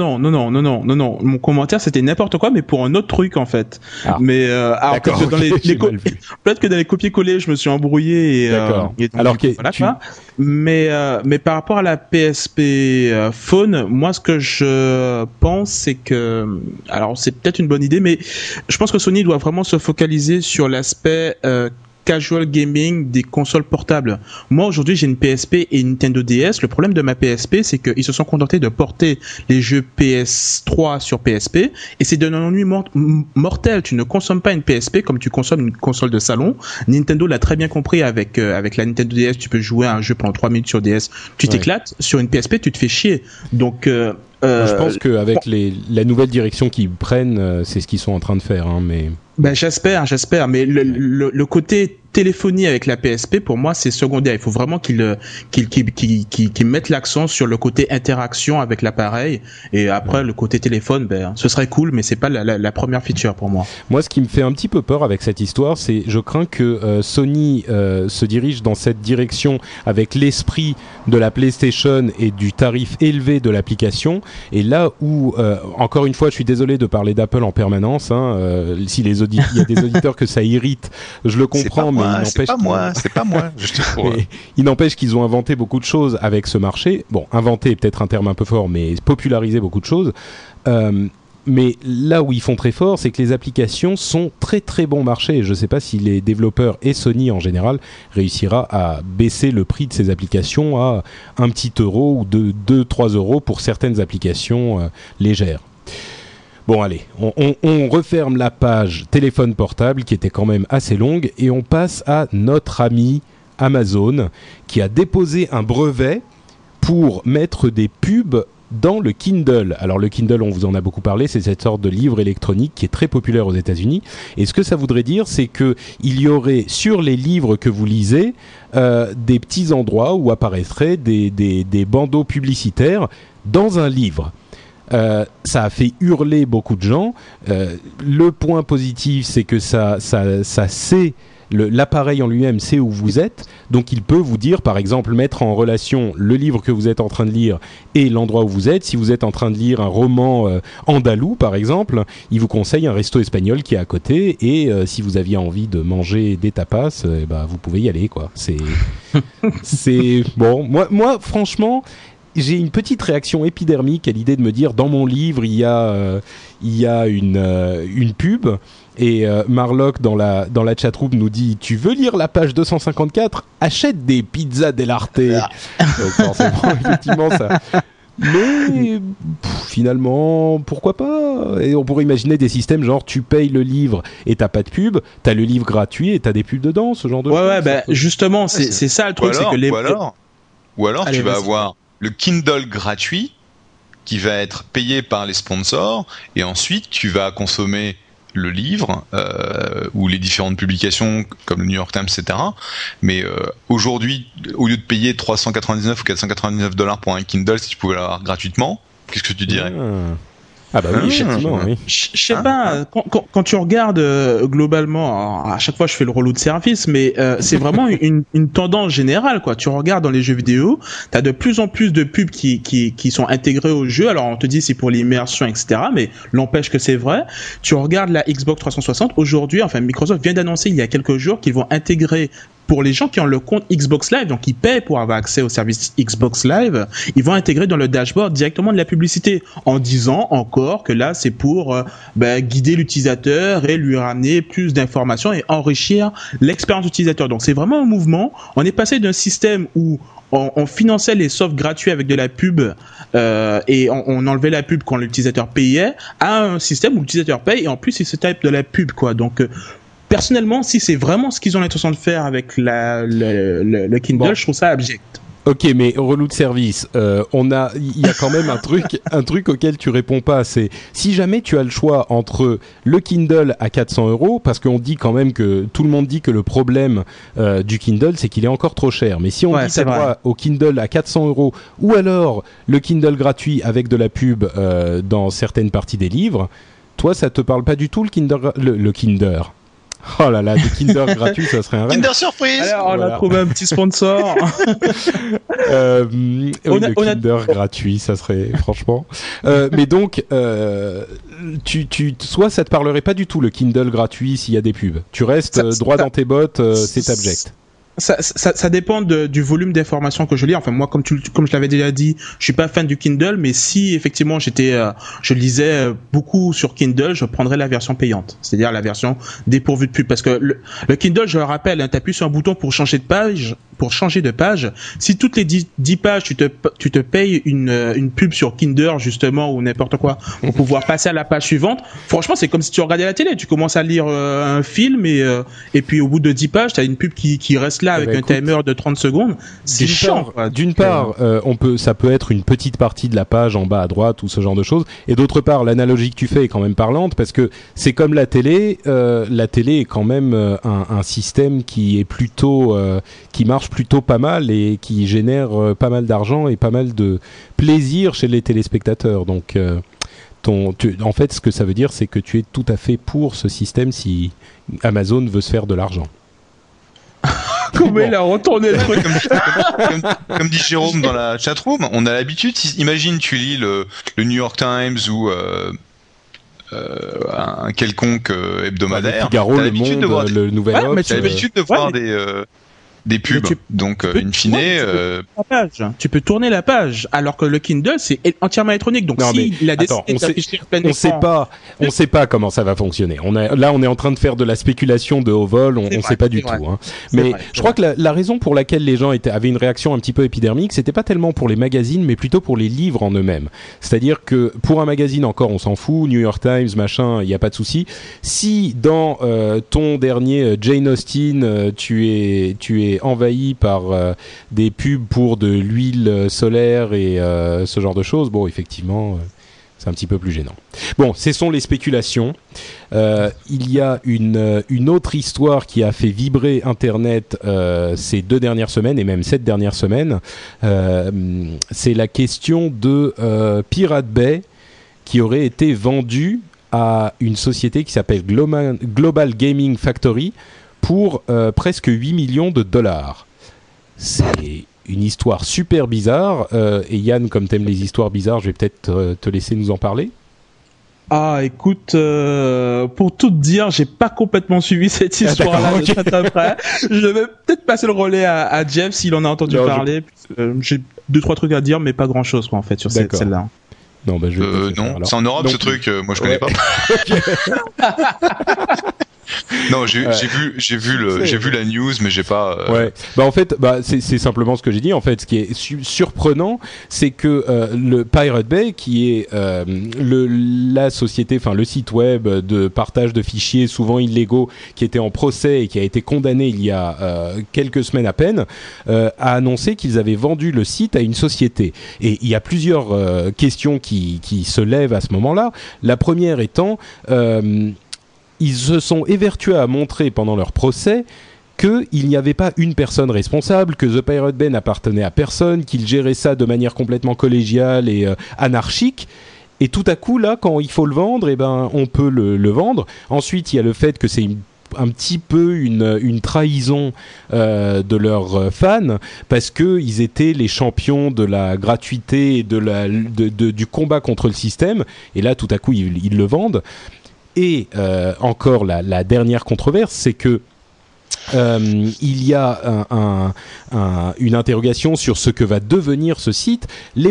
[SPEAKER 4] mon commentaire c'était n'importe quoi, mais pour un autre truc en fait. Mais peut-être que dans les copier-coller je me suis embrouillé et,
[SPEAKER 3] d'accord.
[SPEAKER 4] Et donc,
[SPEAKER 3] alors
[SPEAKER 4] mais par rapport à la PSP Phone, moi ce que je pense c'est que, alors c'est peut-être une bonne idée, mais je pense que Sony doit vraiment se focaliser sur l'aspect casual gaming des consoles portables. Moi aujourd'hui j'ai une PSP et une Nintendo DS. Le problème de ma PSP c'est qu'ils se sont contentés de porter les jeux PS3 sur PSP et c'est d'un ennui mortel. Tu ne consommes pas une PSP comme tu consommes une console de salon. Nintendo l'a très bien compris avec la Nintendo DS. Tu peux jouer à un jeu pendant 3 minutes sur DS, tu t'éclates. Sur une PSP tu te fais chier. Donc
[SPEAKER 3] je pense qu'avec la nouvelle direction qu'ils prennent, c'est ce qu'ils sont en train de faire, hein, mais...
[SPEAKER 4] Ben j'espère, mais le côté téléphonie avec la PSP pour moi c'est secondaire. Il faut vraiment qu'ils mettent l'accent sur le côté interaction avec l'appareil et après le côté téléphone, ben ce serait cool, mais c'est pas la première feature pour moi.
[SPEAKER 3] Moi, ce qui me fait un petit peu peur avec cette histoire, c'est je crains que Sony se dirige dans cette direction avec l'esprit de la PlayStation et du tarif élevé de l'application. Et là où encore une fois, je suis désolé de parler d'Apple en permanence, hein, si il y a des auditeurs que ça irrite, je le comprends, mais
[SPEAKER 5] c'est pas moi.
[SPEAKER 3] il n'empêche qu'ils ont inventé beaucoup de choses avec ce marché. Bon, inventer est peut-être un terme un peu fort, mais populariser beaucoup de choses. Mais là où ils font très fort, c'est que les applications sont très très bon marché. Je ne sais pas si les développeurs et Sony en général réussira à baisser le prix de ces applications à un petit euro ou 2-3 euros pour certaines applications légères. Bon allez, on referme la page téléphone portable qui était quand même assez longue et on passe à notre ami Amazon qui a déposé un brevet pour mettre des pubs dans le Kindle. Alors le Kindle, on vous en a beaucoup parlé, c'est cette sorte de livre électronique qui est très populaire aux États-Unis. Et ce que ça voudrait dire, c'est que il y aurait sur les livres que vous lisez des petits endroits où apparaîtraient des bandeaux publicitaires dans un livre. Ça a fait hurler beaucoup de gens. Le point positif, c'est que ça sait, l'appareil en lui-même sait où vous êtes, donc il peut vous dire, par exemple, mettre en relation le livre que vous êtes en train de lire et l'endroit où vous êtes. Si vous êtes en train de lire un roman andalou, par exemple, il vous conseille un resto espagnol qui est à côté, et si vous aviez envie de manger des tapas, vous pouvez y aller, quoi. C'est bon. Moi, franchement, j'ai une petite réaction épidermique à l'idée de me dire, dans mon livre, il y a une pub. Et Marlock dans la chatroom nous dit « Tu veux lire la page 254 ? Achète des pizzas dell'arte !» Donc forcément, effectivement, ça... Mais finalement, pourquoi pas ? Et on pourrait imaginer des systèmes genre tu payes le livre et t'as pas de pub, t'as le livre gratuit et t'as des pubs dedans, ce genre de choses.
[SPEAKER 4] Ouais, ben justement, c'est ça le truc, c'est que les...
[SPEAKER 5] Ou alors allez, tu vas avoir le Kindle gratuit qui va être payé par les sponsors et ensuite tu vas consommer le livre ou les différentes publications comme le New York Times, etc. Mais aujourd'hui, au lieu de payer $399 ou $499 pour un Kindle, si tu pouvais l'avoir gratuitement, Qu'est-ce que tu dirais?
[SPEAKER 3] Ah bah oui, effectivement, oui.
[SPEAKER 4] Je sais pas, quand tu regardes globalement, alors, à chaque fois je fais le relou de service, mais c'est vraiment une tendance générale, quoi. Tu regardes dans les jeux vidéo, t'as de plus en plus de pubs qui sont intégrées au jeu. Alors on te dit c'est pour l'immersion, etc., mais l'empêche que c'est vrai. Tu regardes la Xbox 360, aujourd'hui, enfin Microsoft vient d'annoncer il y a quelques jours qu'ils vont intégrer pour les gens qui ont le compte Xbox Live, donc qui paient pour avoir accès au service Xbox Live, ils vont intégrer dans le dashboard directement de la publicité en disant encore que là c'est pour guider l'utilisateur et lui ramener plus d'informations et enrichir l'expérience utilisateur. Donc c'est vraiment un mouvement. On est passé d'un système où on finançait les softs gratuits avec de la pub et on enlevait la pub quand l'utilisateur payait à un système où l'utilisateur paye et en plus il se tape de la pub, quoi. Donc personnellement, si c'est vraiment ce qu'ils ont l'intention de faire avec le Kindle, je trouve ça abject.
[SPEAKER 3] Ok, mais relou de service, il y a quand même un truc auquel tu réponds pas. C'est si jamais tu as le choix entre le Kindle à 400 €, parce qu'on dit quand même que tout le monde dit que le problème du Kindle, c'est qu'il est encore trop cher. Mais si on dit que tu as droit au Kindle à 400 € ou alors le Kindle gratuit avec de la pub dans certaines parties des livres, toi, ça te parle pas du tout le Kindle. Oh là là, des Kinder gratuits, ça serait un rêve.
[SPEAKER 5] Kinder Surprise.
[SPEAKER 4] Alors, on a trouvé un petit sponsor.
[SPEAKER 3] Oui, le Kinder gratuit, ça serait franchement. Mais donc, soit ça te parlerait pas du tout le Kindle gratuit s'il y a des pubs. Tu restes droit dans tes bottes, c'est abject.
[SPEAKER 4] Ça dépend du volume d'informations que je lis. Enfin, moi, comme je l'avais déjà dit, je suis pas fan du Kindle, mais si effectivement je lisais beaucoup sur Kindle, je prendrais la version payante, c'est-à-dire la version dépourvue de pub, parce que le Kindle, je le rappelle, t'appuies sur un bouton pour changer de page. Si toutes les 10 pages tu te payes une pub sur Kindle justement ou n'importe quoi pour pouvoir passer à la page suivante, franchement c'est comme si tu regardais la télé, tu commences à lire un film et puis au bout de 10 pages t'as une pub qui reste là avec un timer de 30 secondes. C'est chiant.
[SPEAKER 3] D'une part, ça peut être une petite partie de la page en bas à droite ou ce genre de choses, et d'autre part l'analogie que tu fais est quand même parlante, parce que c'est comme la télé est quand même un système qui est plutôt qui marche plutôt pas mal et qui génère pas mal d'argent et pas mal de plaisir chez les téléspectateurs. Donc en fait ce que ça veut dire, c'est que tu es tout à fait pour ce système si Amazon veut se faire de l'argent.
[SPEAKER 4] Comment il a retourné le truc.
[SPEAKER 5] Comme dit Jérôme dans la chatroom, on a l'habitude, imagine tu lis le New York Times ou un quelconque hebdomadaire,
[SPEAKER 3] le Figaro, le Monde, le Nouvel Obs,
[SPEAKER 5] t'as l'habitude de voir des pubs, donc in fine
[SPEAKER 4] tu peux tourner la page, alors que le Kindle c'est entièrement électronique, donc il a décidé d'afficher plein d'écran.
[SPEAKER 3] On sait pas comment ça va fonctionner. On est en train de faire de la spéculation de haut vol, on sait pas du tout, hein. Mais je crois que la raison pour laquelle les gens avaient une réaction un petit peu épidermique, c'était pas tellement pour les magazines, mais plutôt pour les livres en eux-mêmes. C'est-à-dire que pour un magazine encore on s'en fout, New York Times, machin, il y a pas de souci. Si dans ton dernier Jane Austen, tu es envahi par des pubs pour de l'huile solaire et ce genre de choses, bon, effectivement, c'est un petit peu plus gênant. Bon, ce sont les spéculations. Il y a une autre histoire qui a fait vibrer Internet ces 2 dernières semaines, et même cette dernière semaine. C'est la question de Pirate Bay qui aurait été vendue à une société qui s'appelle Global Gaming Factory pour presque 8 millions de dollars. C'est une histoire super bizarre. Et Yann, comme t'aimes les histoires bizarres, je vais peut-être te laisser nous en parler.
[SPEAKER 4] Ah, écoute, pour tout te dire, j'ai pas complètement suivi cette histoire-là de très près. Je vais peut-être passer le relais à Jeff s'il en a entendu parler. J'ai 2-3 trucs à dire, mais pas grand-chose en fait sur celle-là.
[SPEAKER 3] Non, bah,
[SPEAKER 5] non, c'est en Europe ce truc. Moi, je connais pas. Non, j'ai vu la news, mais j'ai pas.
[SPEAKER 3] Ouais. Bah en fait, c'est simplement ce que j'ai dit. En fait, ce qui est surprenant, c'est que le Pirate Bay, qui est la société, enfin le site web de partage de fichiers souvent illégaux, qui était en procès et qui a été condamné il y a quelques semaines à peine, a annoncé qu'ils avaient vendu le site à une société. Et il y a plusieurs questions qui se lèvent à ce moment-là. La première étant ils se sont évertués à montrer pendant leur procès qu'il n'y avait pas une personne responsable, que The Pirate Bay n'appartenait à personne, qu'il gérait ça de manière complètement collégiale et anarchique. Et tout à coup, là, quand il faut le vendre, on peut le vendre. Ensuite, il y a le fait que c'est un petit peu une trahison de leurs fans, parce qu'ils étaient les champions de la gratuité et du combat contre le système. Et là, tout à coup, ils le vendent. Et encore, la dernière controverse, c'est que il y a une interrogation sur ce que va devenir ce site. Les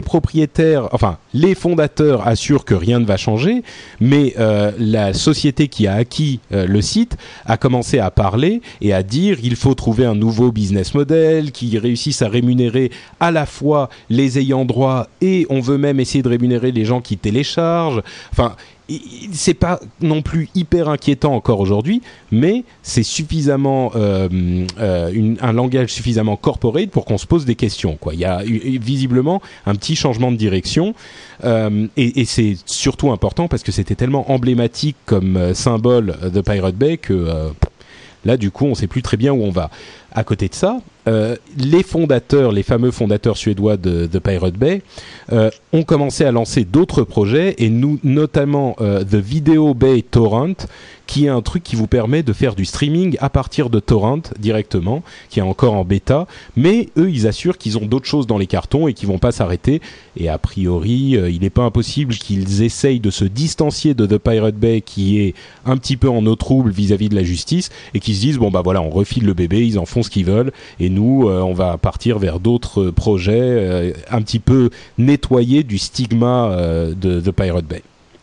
[SPEAKER 3] fondateurs assurent que rien ne va changer, mais la société qui a acquis le site a commencé à parler et à dire il faut trouver un nouveau business model qui réussisse à rémunérer à la fois les ayants droit et on veut même essayer de rémunérer les gens qui téléchargent. Enfin, c'est pas non plus hyper inquiétant encore aujourd'hui, mais c'est suffisamment un langage suffisamment corporate pour qu'on se pose des questions, quoi. Il y a visiblement un petit changement de direction et c'est surtout important parce que c'était tellement emblématique comme symbole de Pirate Bay que là du coup on sait plus très bien où on va. À côté de ça, les fameux fondateurs suédois de Pirate Bay ont commencé à lancer d'autres projets et notamment The Video Bay Torrent, qui est un truc qui vous permet de faire du streaming à partir de torrent directement, qui est encore en bêta, mais eux ils assurent qu'ils ont d'autres choses dans les cartons et qu'ils vont pas s'arrêter, et a priori il n'est pas impossible qu'ils essayent de se distancier de The Pirate Bay qui est un petit peu en eau trouble vis-à-vis de la justice, et qu'ils se disent bon bah voilà, on refile le bébé, ils en font ce qu'ils veulent, et nous on va partir vers d'autres projets un petit peu nettoyés du stigma de The Pirate Bay.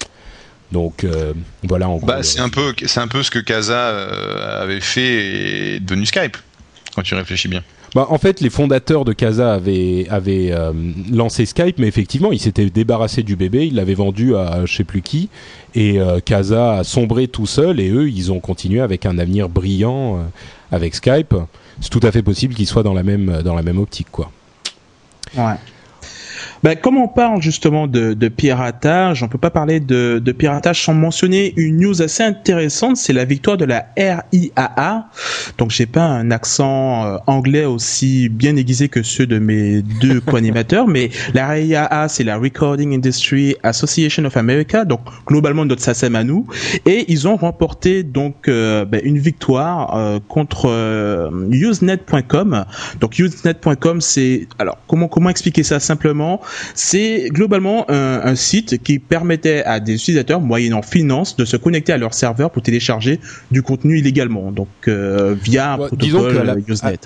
[SPEAKER 3] Donc voilà en gros.
[SPEAKER 5] C'est un peu ce que Casa avait fait et est devenu Skype quand tu réfléchis bien.
[SPEAKER 3] En fait, les fondateurs de Casa avaient lancé Skype, mais effectivement, ils s'étaient débarrassés du bébé, ils l'avaient vendu à je sais plus qui, et Casa a sombré tout seul, et eux, ils ont continué avec un avenir brillant avec Skype. C'est tout à fait possible qu'ils soient dans la même optique, quoi.
[SPEAKER 4] Ouais. Comme on parle justement de piratage, on peut pas parler de piratage sans mentionner une news assez intéressante, c'est la victoire de la RIAA. Donc j'ai pas un accent anglais aussi bien aiguisé que ceux de mes deux co-animateurs, mais la RIAA c'est la Recording Industry Association of America, donc globalement notre SACEM à nous, et ils ont remporté donc une victoire contre Usenet.com. Donc Usenet.com c'est, alors comment expliquer ça simplement? C'est globalement un site qui permettait à des utilisateurs, moyennant finance, de se connecter à leur serveur pour télécharger du contenu illégalement, donc via un protocole Usenet.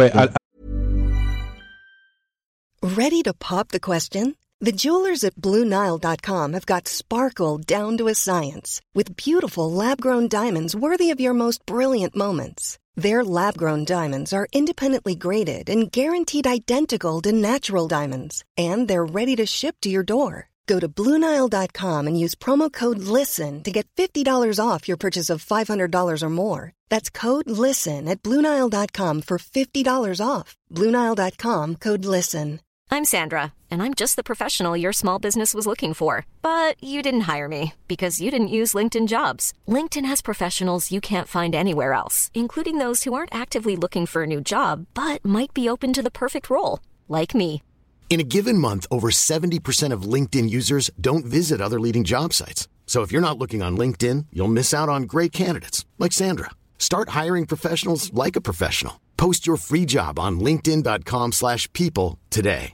[SPEAKER 6] Ready to pop the question? The jewelers at BlueNile.com have got sparkle down to a science with beautiful lab-grown diamonds worthy of your most brilliant moments. Their lab-grown diamonds are independently graded and guaranteed identical to natural diamonds. And they're ready to ship to your door. Go to BlueNile.com and use promo code LISTEN to get $50 off your purchase of $500 or more. That's code LISTEN at BlueNile.com for $50 off. BlueNile.com, code LISTEN.
[SPEAKER 7] I'm Sandra, and I'm just the professional your small business was looking for. But you didn't hire me because you didn't use LinkedIn Jobs. LinkedIn has professionals you can't find anywhere else, including those who aren't actively looking for a new job, but might be open to the perfect role, like me.
[SPEAKER 8] In a given month, over 70% of LinkedIn users don't visit other leading job sites. So if you're not looking on LinkedIn, you'll miss out on great candidates, like Sandra. Start hiring professionals like a professional. Post your free job on linkedin.com/people today.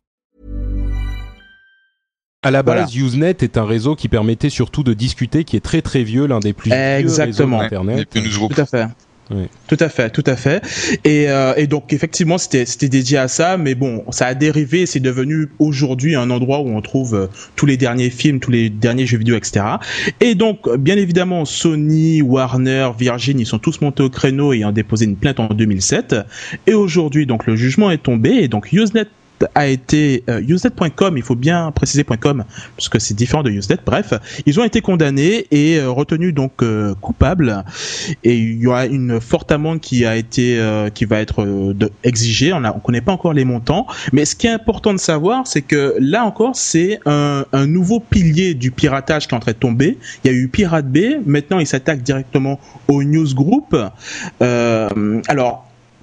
[SPEAKER 3] À la base, voilà. Usenet est un réseau qui permettait surtout de discuter, qui est très très vieux, l'un des plus vieux réseaux d'Internet.
[SPEAKER 4] Tout à fait. Oui. Tout à fait. Et donc effectivement c'était dédié à ça, mais bon, ça a dérivé, c'est devenu aujourd'hui un endroit où on trouve tous les derniers films, tous les derniers jeux vidéo, etc. Et donc bien évidemment Sony, Warner, Virgin, ils sont tous montés au créneau et ont déposé une plainte en 2007. Et aujourd'hui donc le jugement est tombé et donc Usenet a été Usenet.com, il faut bien préciser .com parce que c'est différent de Usenet. Bref, ils ont été condamnés et retenus donc coupables. Et il y aura une forte amende qui va être exigée. On connaît pas encore les montants, mais ce qui est important de savoir, c'est que là encore, c'est un nouveau pilier du piratage qui est en train de tomber. Il y a eu Pirate Bay. Maintenant, ils s'attaquent directement aux newsgroups. Alors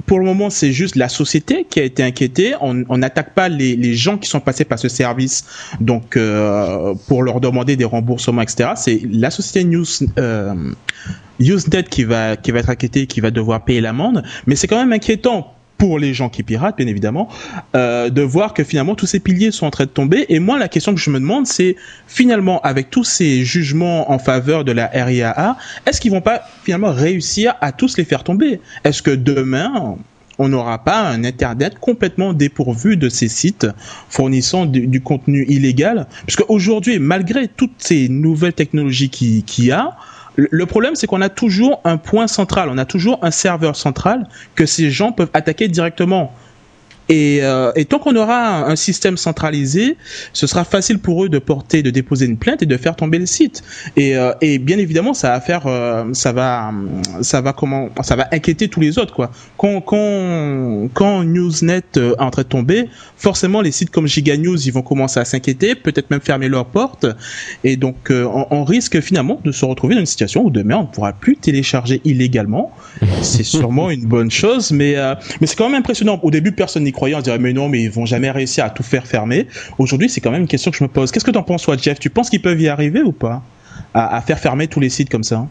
[SPEAKER 4] pour le moment, c'est juste la société qui a été inquiétée. On n'attaque pas les gens qui sont passés par ce service, donc pour leur demander des remboursements, etc. C'est la société Usenet qui va être inquiétée, qui va devoir payer l'amende. Mais c'est quand même inquiétant pour les gens qui piratent, bien évidemment, de voir que finalement tous ces piliers sont en train de tomber. Et moi, la question que je me demande, c'est finalement, avec tous ces jugements en faveur de la RIAA, est-ce qu'ils vont pas finalement réussir à tous les faire tomber? Est-ce que demain, on n'aura pas un Internet complètement dépourvu de ces sites fournissant du contenu illégal? Parce qu'aujourd'hui, malgré toutes ces nouvelles technologies qu'il y a, le problème, c'est qu'on a toujours un point central, on a toujours un serveur central que ces gens peuvent attaquer directement. Et tant qu'on aura un système centralisé, ce sera facile pour eux de déposer une plainte et de faire tomber le site. Et bien évidemment, ça va inquiéter tous les autres, quoi. Quand Newsnet est en train de tomber, forcément les sites comme Giga News, ils vont commencer à s'inquiéter, peut-être même fermer leurs portes. Et donc on risque finalement de se retrouver dans une situation où demain on ne pourra plus télécharger illégalement. C'est sûrement une bonne chose, mais c'est quand même impressionnant. Au début, personne n'y croyait, on dirait mais non, mais ils vont jamais réussir à tout faire fermer. Aujourd'hui, c'est quand même une question que je me pose. Qu'est-ce que t'en penses, toi, Jeff? Tu penses qu'ils peuvent y arriver ou pas à faire fermer tous les sites comme ça?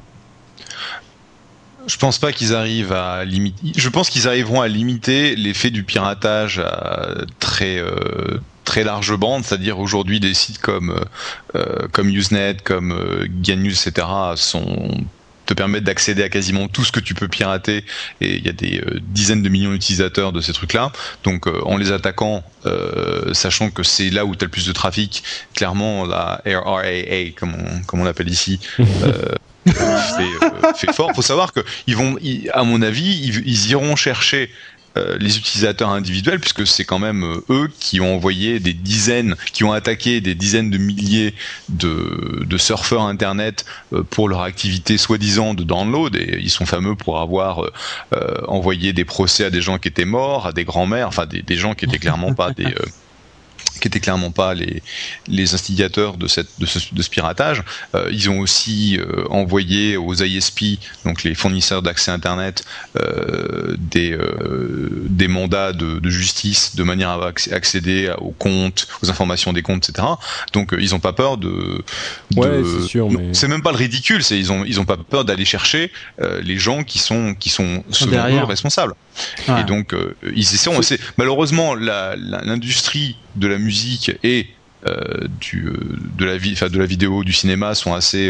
[SPEAKER 5] Je pense pas qu'ils arrivent à limiter. Je pense qu'ils arriveront à limiter l'effet du piratage à très large bande, c'est-à-dire aujourd'hui des sites comme Usenet, comme Giga News, etc. te permettent d'accéder à quasiment tout ce que tu peux pirater, et il y a des dizaines de millions d'utilisateurs de ces trucs-là. Donc en les attaquant, sachant que c'est là où tu as le plus de trafic, clairement la RIAA, comme on l'appelle ici, fait fort. Faut savoir que à mon avis, ils iront chercher les utilisateurs individuels, puisque c'est quand même eux qui ont qui ont attaqué des dizaines de milliers de surfeurs internet pour leur activité soi-disant de download, et ils sont fameux pour avoir envoyé des procès à des gens qui étaient morts, à des grands-mères, enfin des gens qui étaient clairement pas les instigateurs de ce piratage. Ils ont aussi envoyé aux ISP, donc les fournisseurs d'accès Internet, des mandats de justice de manière à accéder aux comptes, aux informations des comptes, etc. Donc ils n'ont pas peur
[SPEAKER 3] c'est sûr, mais...
[SPEAKER 5] C'est même pas le ridicule, ils ont pas peur d'aller chercher les gens qui sont selon eux responsables. Ouais. Et donc ils essaieront. Malheureusement l'industrie de la musique et de la vidéo, du cinéma sont assez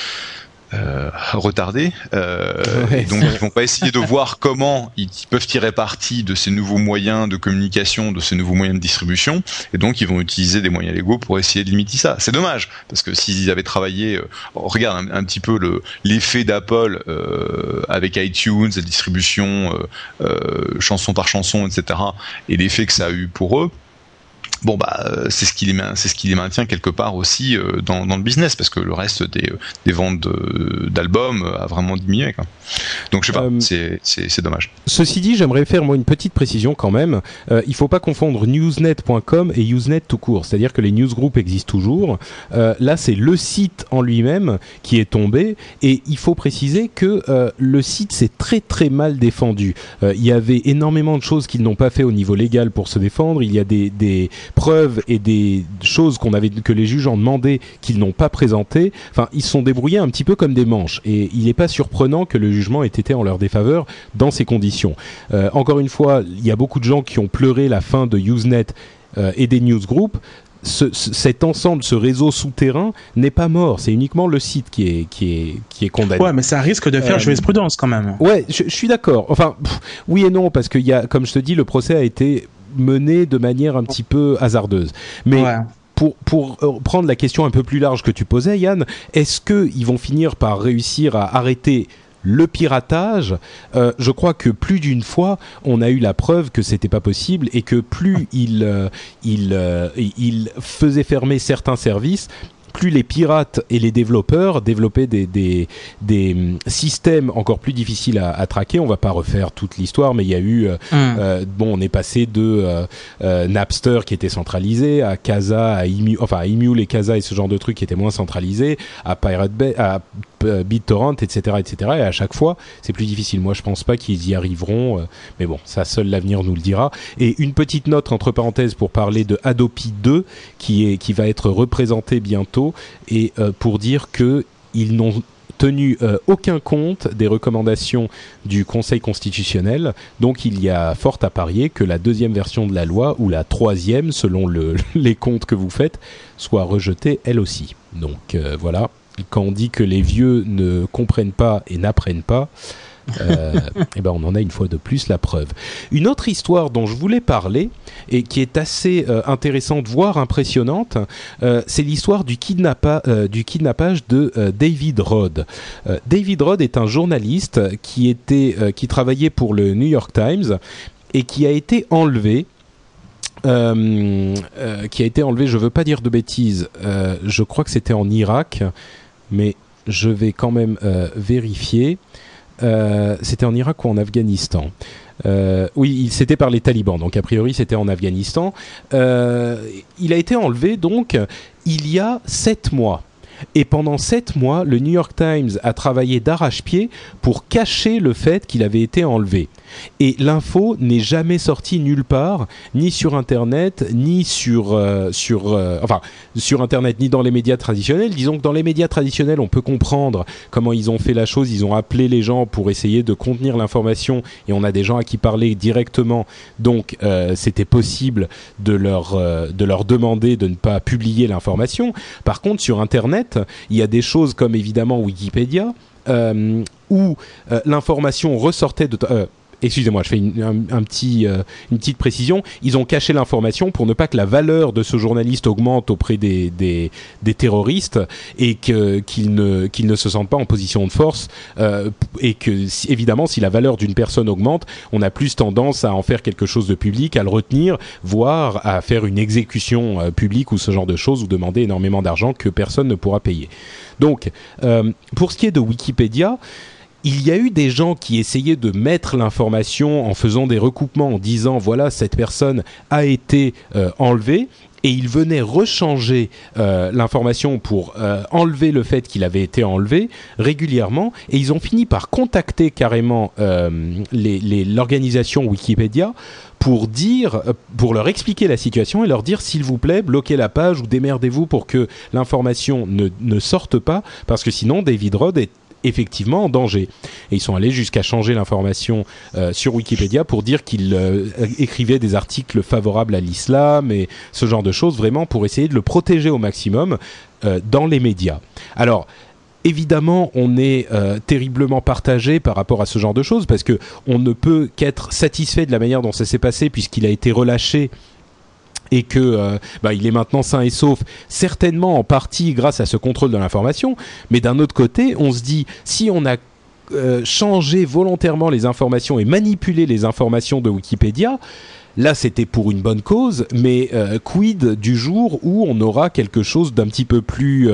[SPEAKER 5] retardés, et donc ils vont pas essayer de voir comment ils peuvent tirer parti de ces nouveaux moyens de communication, de ces nouveaux moyens de distribution, et donc ils vont utiliser des moyens légaux pour essayer de limiter ça. C'est dommage, parce que s'ils avaient travaillé, regarde un petit peu l'effet d'Apple avec iTunes, la distribution chanson par chanson, etc., et l'effet que ça a eu pour eux. Bon c'est ce qui les maintient quelque part aussi dans le business, parce que le reste des ventes d'albums a vraiment diminué, quoi. Donc je sais pas, c'est dommage.
[SPEAKER 3] Ceci dit, j'aimerais faire moi une petite précision quand même. Il faut pas confondre newsnet.com et Usenet tout court, c'est-à-dire que les newsgroups existent toujours. Là, c'est le site en lui-même qui est tombé, et il faut préciser que le site s'est très très mal défendu. Il y avait énormément de choses qu'ils n'ont pas fait au niveau légal pour se défendre. Il y a des preuves et des choses que les juges ont demandé qu'ils n'ont pas présentées. Enfin, ils se sont débrouillés un petit peu comme des manches, et il n'est pas surprenant que le jugement ait été en leur défaveur dans ces conditions. Encore une fois, il y a beaucoup de gens qui ont pleuré la fin de Usenet et des newsgroups. Cet ensemble, ce réseau souterrain n'est pas mort, c'est uniquement le site qui est condamné.
[SPEAKER 4] Ouais, mais ça risque de faire jurisprudence quand même.
[SPEAKER 3] Ouais, je suis d'accord. Enfin, oui et non, parce que comme je te dis, le procès a été mené de manière un petit peu hasardeuse. Mais pour prendre la question un peu plus large que tu posais, Yann, est-ce qu'ils vont finir par réussir à arrêter le piratage? Je crois que plus d'une fois, on a eu la preuve que c'était pas possible, et que plus ils faisaient fermer certains services, plus les pirates et les développeurs développaient des systèmes encore plus difficiles à traquer. On va pas refaire toute l'histoire, mais il y a eu on est passé de Napster qui était centralisé à Kazaa, à Emule et Kazaa et ce genre de trucs qui étaient moins centralisés, à Pirate Bay, à BitTorrent, etc., etc. Et à chaque fois, c'est plus difficile. Moi, je pense pas qu'ils y arriveront, mais bon, ça, seul l'avenir nous le dira. Et une petite note entre parenthèses pour parler de Adopi 2 qui va être représenté bientôt et pour dire que ils n'ont tenu aucun compte des recommandations du Conseil constitutionnel, donc il y a fort à parier que la deuxième version de la loi, ou la troisième selon les comptes que vous faites, soit rejetée elle aussi. Donc voilà, quand on dit que les vieux ne comprennent pas et n'apprennent pas, et ben on en a une fois de plus la preuve. Une autre histoire dont je voulais parler et qui est assez intéressante, voire impressionnante, c'est l'histoire du kidnappage de David Rode. David Rode est un journaliste qui travaillait pour le New York Times et qui a été enlevé. Je veux pas dire de bêtises, je crois que c'était en Irak, mais je vais quand même vérifier. C'était en Irak ou en Afghanistan. Oui, c'était par les talibans, donc a priori c'était en Afghanistan. Il a été enlevé donc il y a 7 mois. Et pendant 7 mois, le New York Times a travaillé d'arrache-pied pour cacher le fait qu'il avait été enlevé. Et l'info n'est jamais sortie nulle part, ni sur Internet, ni sur Internet, ni dans les médias traditionnels. Disons que dans les médias traditionnels, on peut comprendre comment ils ont fait la chose. Ils ont appelé les gens pour essayer de contenir l'information, et on a des gens à qui parler directement. Donc, c'était possible de leur demander de ne pas publier l'information. Par contre, sur Internet, il y a des choses comme évidemment Wikipédia, où l'information ressortait de... Excusez-moi, je fais une petite précision. Ils ont caché l'information pour ne pas que la valeur de ce journaliste augmente auprès des terroristes et qu'ils ne se sentent pas en position de force, et que évidemment, si la valeur d'une personne augmente, on a plus tendance à en faire quelque chose de public, à le retenir, voire à faire une exécution publique ou ce genre de choses, ou demander énormément d'argent que personne ne pourra payer. Donc, pour ce qui est de Wikipédia, il y a eu des gens qui essayaient de mettre l'information en faisant des recoupements, en disant voilà, cette personne a été enlevée, et ils venaient rechanger l'information pour enlever le fait qu'il avait été enlevé régulièrement, et ils ont fini par contacter carrément l'organisation Wikipédia pour leur expliquer la situation et leur dire s'il vous plaît, bloquez la page ou démerdez-vous pour que l'information ne sorte pas, parce que sinon David Rode est effectivement en danger. Et ils sont allés jusqu'à changer l'information sur Wikipédia pour dire qu'ils écrivaient des articles favorables à l'islam et ce genre de choses, vraiment pour essayer de le protéger au maximum dans les médias. Alors, évidemment, on est terriblement partagé par rapport à ce genre de choses, parce que on ne peut qu'être satisfait de la manière dont ça s'est passé, puisqu'il a été relâché et que il est maintenant sain et sauf, certainement en partie grâce à ce contrôle de l'information. Mais d'un autre côté, on se dit, si on a changé volontairement les informations et manipulé les informations de Wikipédia, là c'était pour une bonne cause, mais quid du jour où on aura quelque chose d'un petit peu plus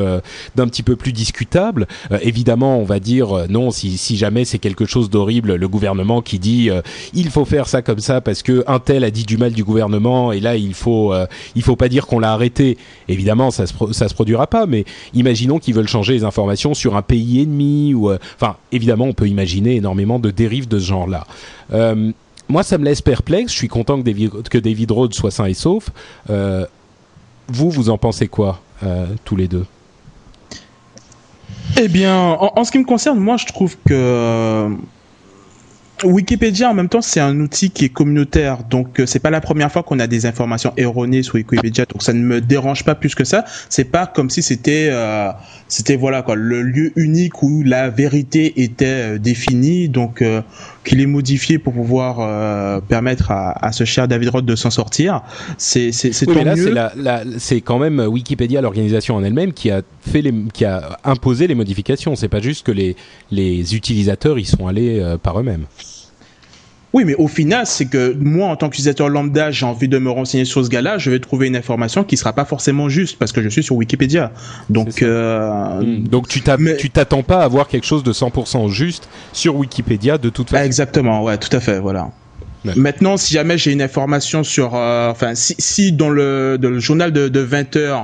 [SPEAKER 3] discutable. Évidemment, on va dire non, si jamais c'est quelque chose d'horrible, le gouvernement qui dit il faut faire ça comme ça parce que un tel a dit du mal du gouvernement, et là il faut pas dire qu'on l'a arrêté. Évidemment, ça se produira pas, mais imaginons qu'ils veulent changer les informations sur un pays ennemi, ou évidemment on peut imaginer énormément de dérives de ce genre-là. Moi, ça me laisse perplexe. Je suis content que David Rode soit sain et sauf. Vous en pensez quoi, tous les deux ?
[SPEAKER 4] Eh bien, en ce qui me concerne, moi, je trouve que Wikipédia, en même temps, c'est un outil qui est communautaire. Donc, c'est pas la première fois qu'on a des informations erronées sur Wikipédia. Donc, ça ne me dérange pas plus que ça. C'est pas comme si c'était voilà quoi, le lieu unique où la vérité était définie. Donc, qu'il est modifié pour pouvoir permettre à ce cher David Rode de s'en sortir. C'est
[SPEAKER 3] oui,
[SPEAKER 4] tant
[SPEAKER 3] mais
[SPEAKER 4] mieux.
[SPEAKER 3] C'est quand même Wikipédia, l'organisation en elle-même, qui a imposé les modifications. C'est pas juste que les utilisateurs y sont allés par eux-mêmes.
[SPEAKER 4] Oui, mais au final, c'est que moi, en tant qu'utilisateur lambda, j'ai envie de me renseigner sur ce gars-là, je vais trouver une information qui sera pas forcément juste parce que je suis sur Wikipédia. Donc,
[SPEAKER 3] donc tu t'attends pas à avoir quelque chose de 100% juste sur Wikipédia de toute façon.
[SPEAKER 4] Exactement, ouais, tout à fait, voilà. Ouais. Maintenant, si jamais j'ai une information sur, si dans le journal de 20 heures,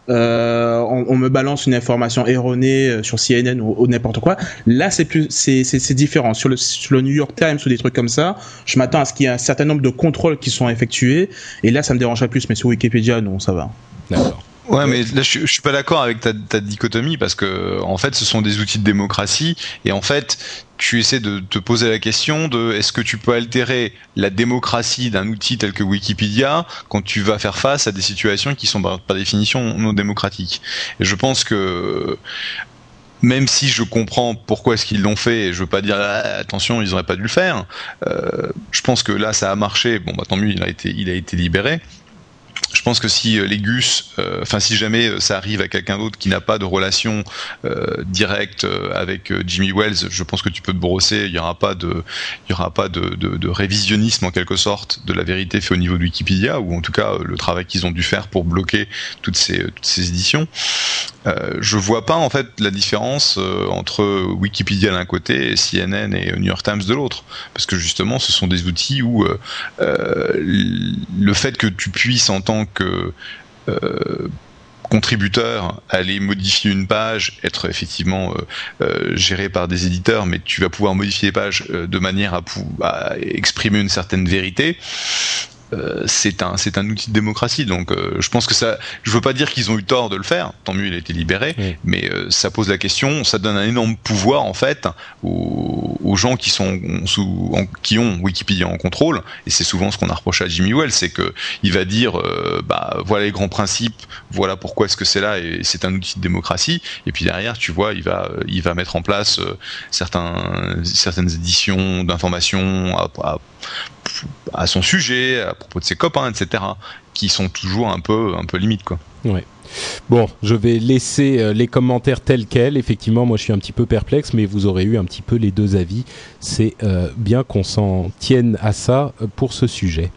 [SPEAKER 4] on me balance une information erronée sur CNN ou n'importe quoi. Là, c'est différent. Sur le New York Times ou des trucs comme ça, je m'attends à ce qu'il y ait un certain nombre de contrôles qui sont effectués. Et là, ça me dérangerait plus. Mais sur Wikipédia, non, ça va.
[SPEAKER 3] D'accord.
[SPEAKER 5] Ouais, mais là, je suis pas d'accord avec ta dichotomie parce que, en fait, ce sont des outils de démocratie et en fait, tu essaies de te poser la question de est-ce que tu peux altérer la démocratie d'un outil tel que Wikipédia quand tu vas faire face à des situations qui sont par définition non démocratiques. Et je pense que même si je comprends pourquoi est-ce qu'ils l'ont fait, et je veux pas dire attention, ils auraient pas dû le faire. Je pense que là, ça a marché. Bon, bah tant mieux, il a été libéré. Je pense que si les Gus, si jamais ça arrive à quelqu'un d'autre qui n'a pas de relation directe avec Jimmy Wales, je pense que tu peux te brosser. Il y aura pas de révisionnisme en quelque sorte de la vérité fait au niveau de Wikipédia, ou en tout cas le travail qu'ils ont dû faire pour bloquer toutes ces éditions. Je vois pas en fait la différence entre Wikipédia d'un côté et CNN et New York Times de l'autre, parce que justement ce sont des outils où le fait que tu puisses en tant que contributeur aller modifier une page, être effectivement géré par des éditeurs, mais tu vas pouvoir modifier les pages de manière à exprimer une certaine vérité. C'est un outil de démocratie, donc je pense que ça. Je veux pas dire qu'ils ont eu tort de le faire. Tant mieux, il a été libéré. Oui. Mais ça pose la question. Ça donne un énorme pouvoir en fait aux gens qui ont Wikipédia en contrôle. Et c'est souvent ce qu'on a reproché à Jimmy Wales, c'est que il va dire voilà les grands principes, voilà pourquoi est-ce que c'est là, et c'est un outil de démocratie. Et puis derrière, tu vois, il va mettre en place certaines éditions d'informations à son sujet, à propos de ses copains, etc., qui sont toujours un peu limites, quoi.
[SPEAKER 3] Ouais. Bon, je vais laisser les commentaires tels quels. Effectivement, moi je suis un petit peu perplexe, mais vous aurez eu un petit peu les deux avis. C'est bien qu'on s'en tienne à ça pour ce sujet.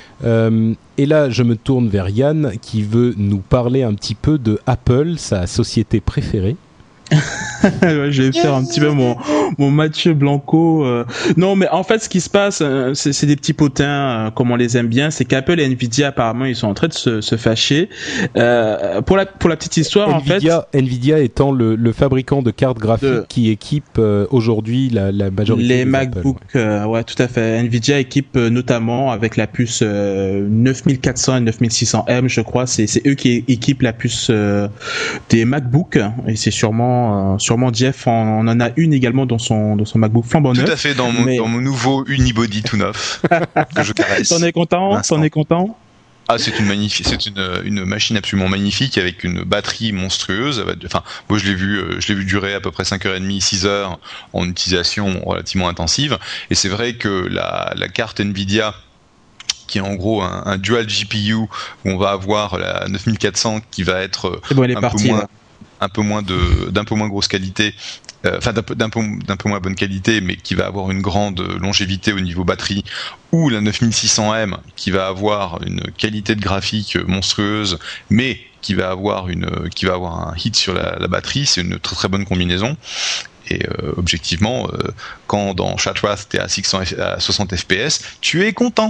[SPEAKER 3] Et là, je me tourne vers Yann qui veut nous parler un petit peu de Apple, sa société préférée.
[SPEAKER 4] Ouais, je vais faire un petit peu mon Mathieu Blanco. Non, mais en fait, ce qui se passe, c'est des petits potins, comme on les aime bien. C'est qu'Apple et Nvidia, apparemment, ils sont en train de se fâcher. Pour la petite histoire,
[SPEAKER 3] Nvidia étant le fabricant de cartes graphiques qui équipe aujourd'hui la majorité
[SPEAKER 4] les
[SPEAKER 3] des
[SPEAKER 4] MacBook. Ouais, tout à fait. Nvidia équipe notamment avec la puce 9400 et 9600M, je crois. C'est eux qui équipent la puce des MacBook, et c'est sûrement Jeff on en a une également dans son MacBook flambant neuf.
[SPEAKER 5] Tout à fait, dans mon nouveau Unibody tout neuf que je caresse.
[SPEAKER 4] T'en es content?
[SPEAKER 5] Ah, c'est une machine absolument magnifique avec une batterie monstrueuse. Enfin, moi je l'ai vu durer à peu près 5h30, 6h en utilisation relativement intensive. Et c'est vrai que la carte Nvidia, qui est en gros un dual GPU, où on va avoir la 9400 qui va être d'un peu moins grosse qualité, d'un peu moins bonne qualité, mais qui va avoir une grande longévité au niveau batterie, ou la 9600M qui va avoir une qualité de graphique monstrueuse, mais qui va avoir un hit sur la batterie. C'est une très très bonne combinaison. Et objectivement, quand dans Chatwrath t'es à 60 fps, tu es content.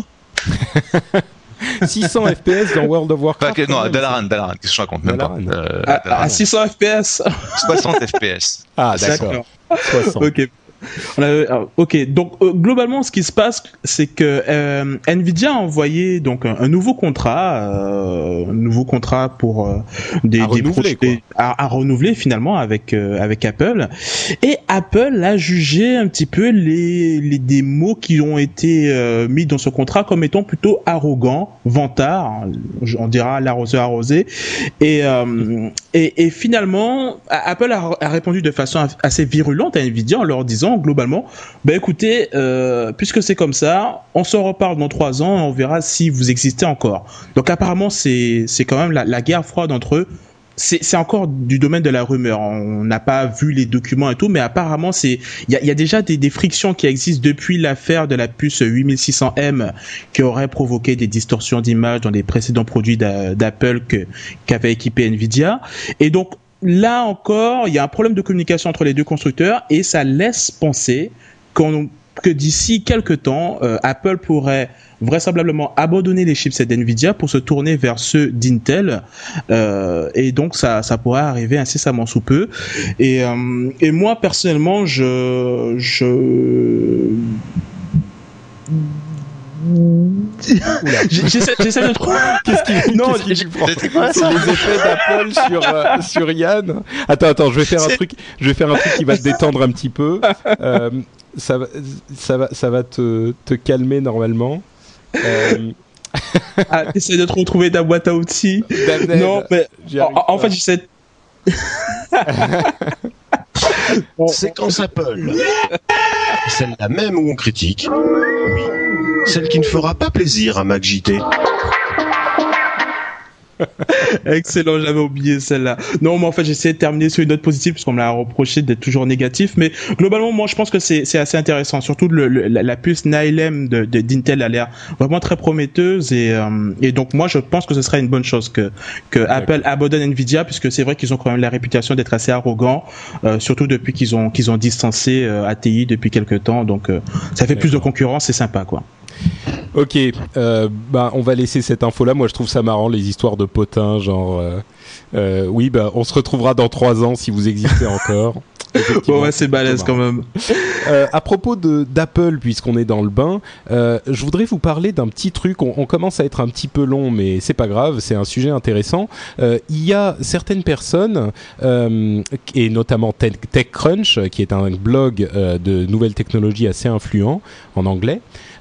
[SPEAKER 3] 600 FPS dans World of Warcraft.
[SPEAKER 5] Non, Dalaran, qu'est-ce que je raconte même pas.
[SPEAKER 4] À 600 FPS.
[SPEAKER 5] 60 FPS.
[SPEAKER 3] Ah, d'accord. 60.
[SPEAKER 4] Ok. Donc globalement, ce qui se passe, c'est que Nvidia a envoyé donc un nouveau contrat pour des projets à renouveler finalement avec Apple. Et Apple a jugé un petit peu les mots qui ont été mis dans ce contrat comme étant plutôt arrogants, vantards, on dira l'arroseur arrosé. Et finalement, Apple a répondu de façon assez virulente à Nvidia en leur disant globalement, écoutez, puisque c'est comme ça, on s'en reparle dans 3 ans et on verra si vous existez encore. Donc apparemment c'est quand même la guerre froide entre eux. C'est encore du domaine de la rumeur. On n'a pas vu les documents et tout, mais apparemment il y a déjà des frictions qui existent depuis l'affaire de la puce 8600M qui aurait provoqué des distorsions d'image dans les précédents produits d'Apple qu'avait équipé Nvidia. Et donc là encore, il y a un problème de communication entre les deux constructeurs et ça laisse penser que d'ici quelques temps, Apple pourrait vraisemblablement abandonner les chipsets d'NVIDIA pour se tourner vers ceux d'Intel, et donc ça pourrait arriver incessamment sous peu. Et moi personnellement, j'essaie de trouver.
[SPEAKER 3] C'est les effets d'Apple sur Yann. Attends, je vais faire un truc qui va te détendre un petit peu. Ça va te calmer normalement.
[SPEAKER 4] Essaye de te retrouver ta boîte à outils. Non, mais en fait, j'essaie.
[SPEAKER 9] Séquence Apple. Celle-là même où on critique. Oui. Celle qui ne fera pas plaisir à MacJT.
[SPEAKER 4] Excellent, j'avais oublié celle-là. Non, mais en fait, j'essaie de terminer sur une note positive puisqu'on me l'a reproché d'être toujours négatif. Mais globalement, moi, je pense que c'est assez intéressant. Surtout la puce Nylem d'Intel a l'air vraiment très prometteuse et donc moi, je pense que ce serait une bonne chose que Apple abandonne Nvidia puisque c'est vrai qu'ils ont quand même la réputation d'être assez arrogants, surtout depuis qu'ils ont distancé ATI depuis quelques temps. Donc ça fait plus de concurrence, c'est sympa, quoi.
[SPEAKER 3] Ok, on va laisser cette info-là. Moi, je trouve ça marrant, les histoires de potins, genre... oui, on se retrouvera dans 3 ans si vous existez encore.
[SPEAKER 4] Ouais, c'est balèze quand même.
[SPEAKER 3] À propos d'Apple, puisqu'on est dans le bain, je voudrais vous parler d'un petit truc. On commence à être un petit peu long, mais c'est pas grave, c'est un sujet intéressant. Il y a certaines personnes, et notamment TechCrunch, qui est un blog de nouvelles technologies assez influent en anglais,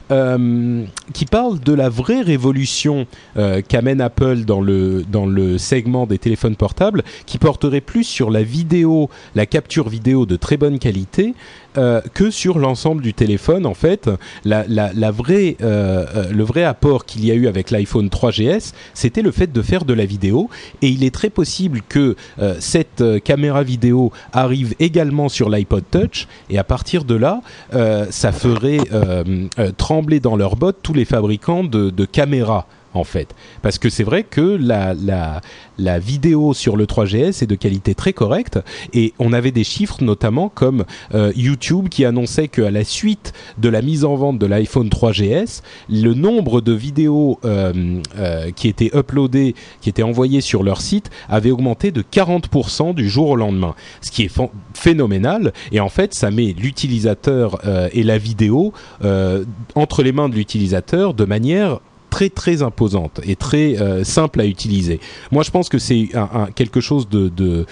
[SPEAKER 3] qui parle de la vraie révolution qu'amène Apple dans le segment des téléphones portables, qui porterait plus sur la capture vidéo de très bonne qualité que sur l'ensemble du téléphone. En fait, le vrai apport qu'il y a eu avec l'iPhone 3GS, c'était le fait de faire de la vidéo, et il est très possible que cette caméra vidéo arrive également sur l'iPod Touch, et à partir de là, ça ferait trembler dans leurs bottes tous les fabricants de caméras, en fait. Parce que c'est vrai que la vidéo sur le 3GS est de qualité très correcte, et on avait des chiffres notamment comme YouTube qui annonçait qu'à la suite de la mise en vente de l'iPhone 3GS, le nombre de vidéos qui étaient uploadées, qui étaient envoyées sur leur site, avait augmenté de 40% du jour au lendemain, ce qui est phénoménal. Et en fait, ça met l'utilisateur et la vidéo entre les mains de l'utilisateur de manière très très imposante et très simple à utiliser. Moi, je pense que c'est quelque chose de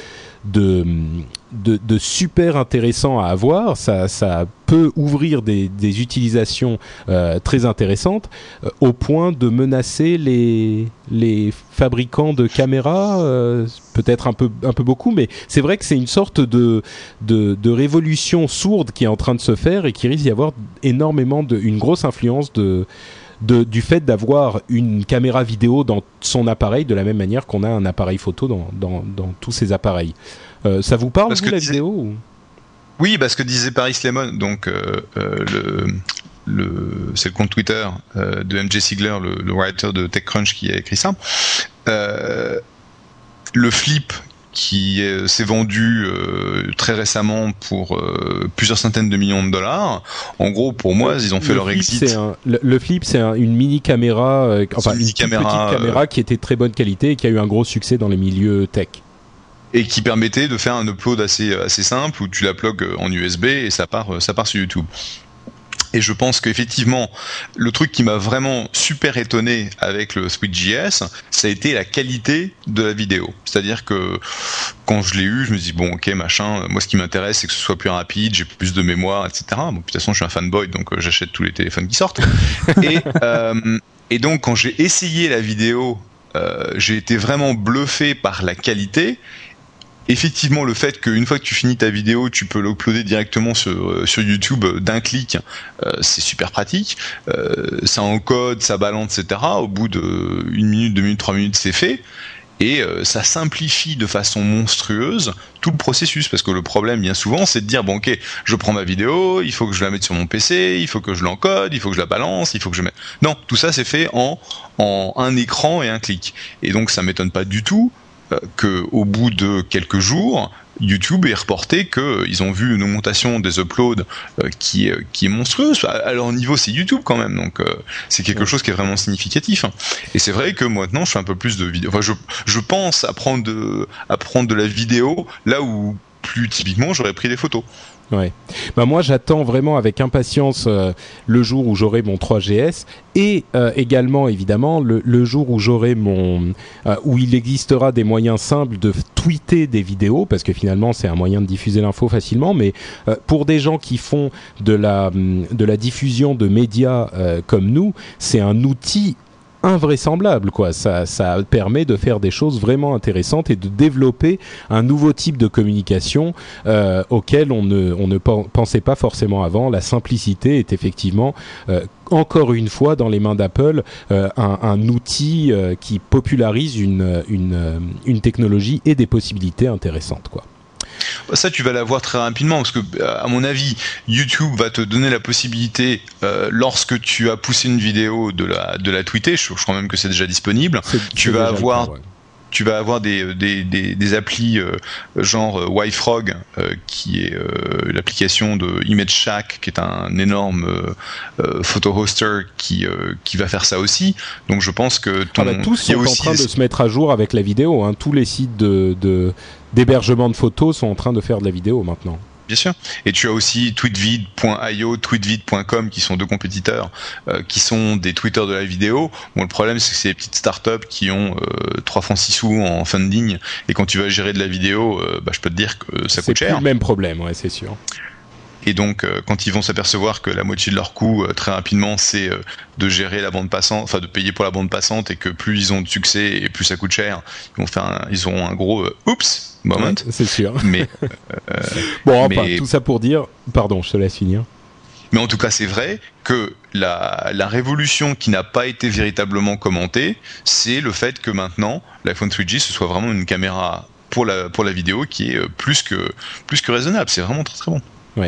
[SPEAKER 3] super intéressant à avoir. Ça peut ouvrir des utilisations très intéressantes, au point de menacer les fabricants de caméras, peut-être un peu beaucoup, mais c'est vrai que c'est une sorte de révolution sourde qui est en train de se faire, et qui risque d'y avoir énormément une grosse influence du fait d'avoir une caméra vidéo dans son appareil, de la même manière qu'on a un appareil photo dans tous ces appareils. Ça vous parle, la vidéo ou...
[SPEAKER 5] Oui, parce que disait Paris Lemon, donc c'est le compte Twitter de MJ Sigler, le writer de TechCrunch, qui a écrit ça. Le flip qui s'est vendu très récemment pour plusieurs centaines de millions de dollars. En gros, pour moi, ils ont fait leur exit.
[SPEAKER 3] Le flip, c'est une mini caméra, une petite caméra qui était de très bonne qualité et qui a eu un gros succès dans les milieux tech.
[SPEAKER 5] Et qui permettait de faire un upload assez simple, où tu la plugues en USB et ça part sur YouTube. Et je pense qu'effectivement, le truc qui m'a vraiment super étonné avec le SwitchJS, ça a été la qualité de la vidéo. C'est-à-dire que quand je l'ai eu, je me dis bon, ok, machin, moi ce qui m'intéresse, c'est que ce soit plus rapide, j'ai plus de mémoire, etc. Bon, de toute façon, je suis un fanboy, donc j'achète tous les téléphones qui sortent. Et donc, quand j'ai essayé la vidéo, j'ai été vraiment bluffé par la qualité. Effectivement, le fait qu'une fois que tu finis ta vidéo, tu peux l'uploader directement sur YouTube d'un clic, c'est super pratique. Ça encode, ça balance, etc. Au bout de 1 minute, 2 minutes, 3 minutes, c'est fait. Et ça simplifie de façon monstrueuse tout le processus, parce que le problème bien souvent, c'est de dire bon, ok, je prends ma vidéo, il faut que je la mette sur mon PC, il faut que je l'encode, il faut que je la balance, il faut que je mette... Non, tout ça c'est fait en un écran et un clic. Et donc ça m'étonne pas du tout qu'au bout de quelques jours, YouTube est reporté que ils ont vu une augmentation des uploads qui est monstrueuse. À leur niveau, c'est YouTube quand même, donc c'est quelque chose qui est vraiment significatif. Et c'est vrai que maintenant, je fais un peu plus de vidéos. Enfin, je pense à prendre de la vidéo là où plus typiquement j'aurais pris des photos.
[SPEAKER 3] Ouais. Bah moi j'attends vraiment avec impatience le jour où j'aurai mon 3GS et également évidemment le jour où j'aurai où il existera des moyens simples de tweeter des vidéos, parce que finalement c'est un moyen de diffuser l'info facilement, mais pour des gens qui font de la diffusion de médias comme nous, c'est un outil invraisemblable, quoi. Ça permet de faire des choses vraiment intéressantes et de développer un nouveau type de communication auquel on ne pensait pas forcément avant. La simplicité est effectivement encore une fois dans les mains d'Apple un outil qui popularise une technologie et des possibilités intéressantes, quoi.
[SPEAKER 5] Ça, tu vas l'avoir très rapidement, parce que, à mon avis, YouTube va te donner la possibilité, lorsque tu as poussé une vidéo, de la tweeter. Je crois même que c'est déjà disponible. Tu vas avoir des applis genre YFrog, qui est l'application de ImageShack, qui est un énorme photo hoster qui va faire ça aussi. Donc je pense que
[SPEAKER 3] tous sont en train de se mettre à jour avec la vidéo, hein. Tous les sites d'hébergement de photos sont en train de faire de la vidéo maintenant.
[SPEAKER 5] Bien sûr. Et tu as aussi tweetvid.io, tweetvid.com, qui sont deux compétiteurs, qui sont des tweeters de la vidéo. Bon, le problème, c'est que c'est des petites startups qui ont 3 francs 6 sous en funding, et quand tu vas gérer de la vidéo, je peux te dire que ça coûte cher.
[SPEAKER 3] C'est plus le même problème, ouais, c'est sûr.
[SPEAKER 5] Et donc, quand ils vont s'apercevoir que la moitié de leur coût, très rapidement, c'est de gérer la bande passante, enfin de payer pour la bande passante, et que plus ils ont de succès et plus ça coûte cher, ils auront un gros oups moment.
[SPEAKER 3] Ouais, c'est sûr.
[SPEAKER 5] Mais
[SPEAKER 3] tout ça pour dire, pardon, je te laisse finir.
[SPEAKER 5] Mais en tout cas, c'est vrai que la révolution qui n'a pas été véritablement commentée, c'est le fait que maintenant, l'iPhone 3G, ce soit vraiment une caméra pour la vidéo qui est plus que raisonnable. C'est vraiment très très bon.
[SPEAKER 3] Ouais.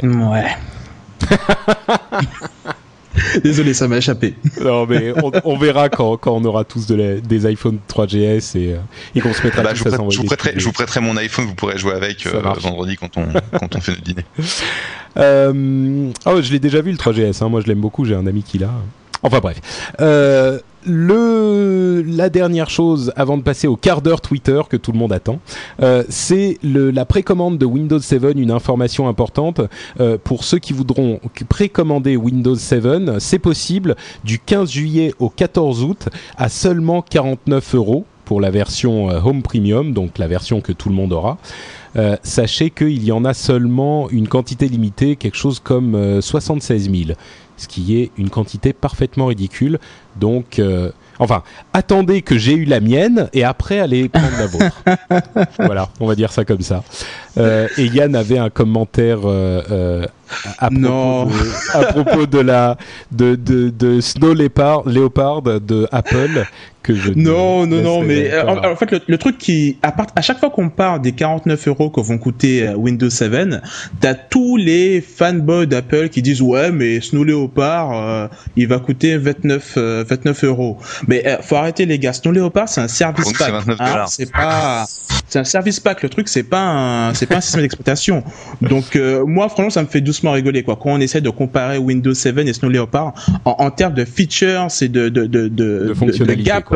[SPEAKER 4] Désolé, ça m'a échappé.
[SPEAKER 3] Non, mais on verra quand on aura tous des iPhone 3GS et qu'on se mettra tous à s'envoyer.
[SPEAKER 5] Je vous prêterai mon iPhone, vous pourrez jouer avec vendredi quand on fait notre dîner.
[SPEAKER 3] Je l'ai déjà vu le 3GS, hein. Moi je l'aime beaucoup, j'ai un ami qui l'a. Enfin bref. La dernière chose avant de passer au quart d'heure Twitter que tout le monde attend, c'est la précommande de Windows 7. Une information importante pour ceux qui voudront précommander Windows 7, c'est possible du 15 juillet au 14 août à seulement 49 € pour la version Home Premium, donc la version que tout le monde aura. Sachez qu'il y en a seulement une quantité limitée, quelque chose comme 76 000. Ce qui est une quantité parfaitement ridicule. Donc, attendez que j'ai eu la mienne et après allez prendre la vôtre. Voilà, on va dire ça comme ça. Et Yann avait un commentaire à propos de Snow Leopard de Apple.
[SPEAKER 4] Mais en fait le truc à chaque fois qu'on parle des 49 € que vont coûter Windows 7, t'as tous les fanboys d'Apple qui disent ouais mais Snow Leopard il va coûter 29 €. Mais faut arrêter les gars, Snow Leopard c'est un service pack, hein, c'est un service pack. Le truc c'est pas un système d'exploitation. Donc moi franchement ça me fait doucement rigoler quoi quand on essaie de comparer Windows 7 et Snow Leopard en termes de features et de gap.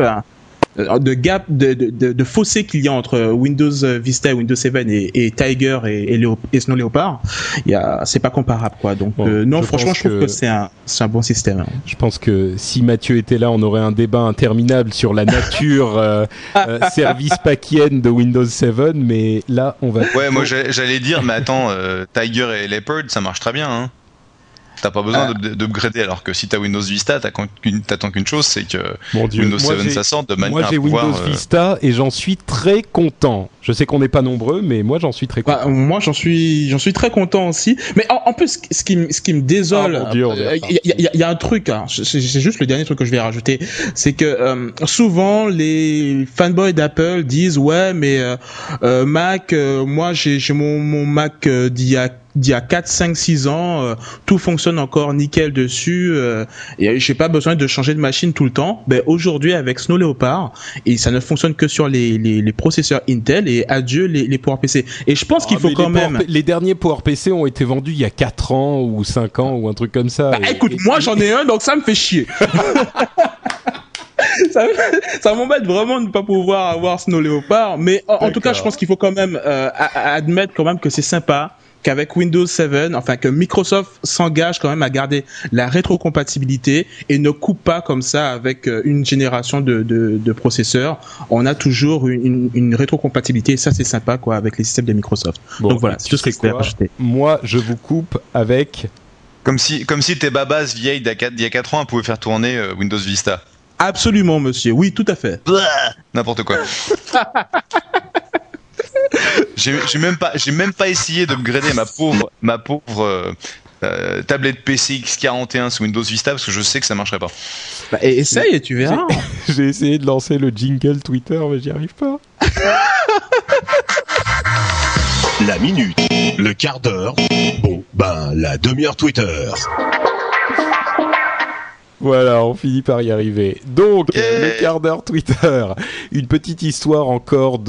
[SPEAKER 4] De fossé qu'il y a entre Windows Vista et Windows 7 et Tiger et Snow Leopard, c'est pas comparable quoi. Donc franchement je trouve que c'est un bon système.
[SPEAKER 3] Je pense que si Mathieu était là, on aurait un débat interminable sur la nature service packienne de Windows 7, mais là on va.
[SPEAKER 5] Ouais, moi j'allais dire, mais attends, Tiger et Leopard, ça marche très bien, hein. T'as pas besoin d'upgrader, alors que si t'as Windows Vista, t'attends qu'une chose, c'est que Windows 7 ça sorte de manière à pouvoir...
[SPEAKER 3] Moi j'ai Windows Vista et j'en suis très content. Je sais qu'on n'est pas nombreux, mais moi j'en suis très content.
[SPEAKER 4] Moi j'en suis très content aussi. Mais en plus, ce qui me désole, il y a un truc, hein, c'est juste le dernier truc que je vais rajouter, c'est que souvent les fanboys d'Apple disent ouais mais Mac, moi j'ai mon Mac d'il d'il y a 4, 5, 6 ans, tout fonctionne encore nickel dessus, et j'ai pas besoin de changer de machine tout le temps. Ben, aujourd'hui, avec Snow Leopard, et ça ne fonctionne que sur les processeurs Intel, et adieu les PowerPC. Et je pense qu'il faut quand même...
[SPEAKER 3] Les derniers PowerPC ont été vendus il y a 4 ans ou 5 ans ou un truc comme ça.
[SPEAKER 4] Bah, écoute, moi j'en ai un, donc ça me fait chier. ça m'embête vraiment de ne pas pouvoir avoir Snow Leopard, mais en tout cas, je pense qu'il faut quand même admettre quand même que c'est sympa qu'avec Windows 7, enfin que Microsoft s'engage quand même à garder la rétrocompatibilité et ne coupe pas comme ça avec une génération de processeurs. On a toujours une rétrocompatibilité, et ça c'est sympa quoi avec les systèmes de Microsoft.
[SPEAKER 3] Bon,
[SPEAKER 4] donc voilà, c'est tout ce que je voulais rajouter.
[SPEAKER 3] Moi, je vous coupe avec...
[SPEAKER 5] Comme si tes babas vieilles d'il y a 4 ans pouvaient faire tourner Windows Vista.
[SPEAKER 4] Absolument, monsieur. Oui, tout à fait.
[SPEAKER 5] N'importe quoi. J'ai même pas essayé d'upgrader ma pauvre tablette PC X41 sous Windows Vista parce que je sais que ça marcherait pas.
[SPEAKER 4] Bah, essaye et tu verras.
[SPEAKER 3] J'ai essayé de lancer le jingle Twitter, mais j'y arrive pas.
[SPEAKER 9] La minute, le quart d'heure, la demi-heure Twitter.
[SPEAKER 3] Voilà, on finit par y arriver. Donc, le quart d'heure Twitter. Une petite histoire encore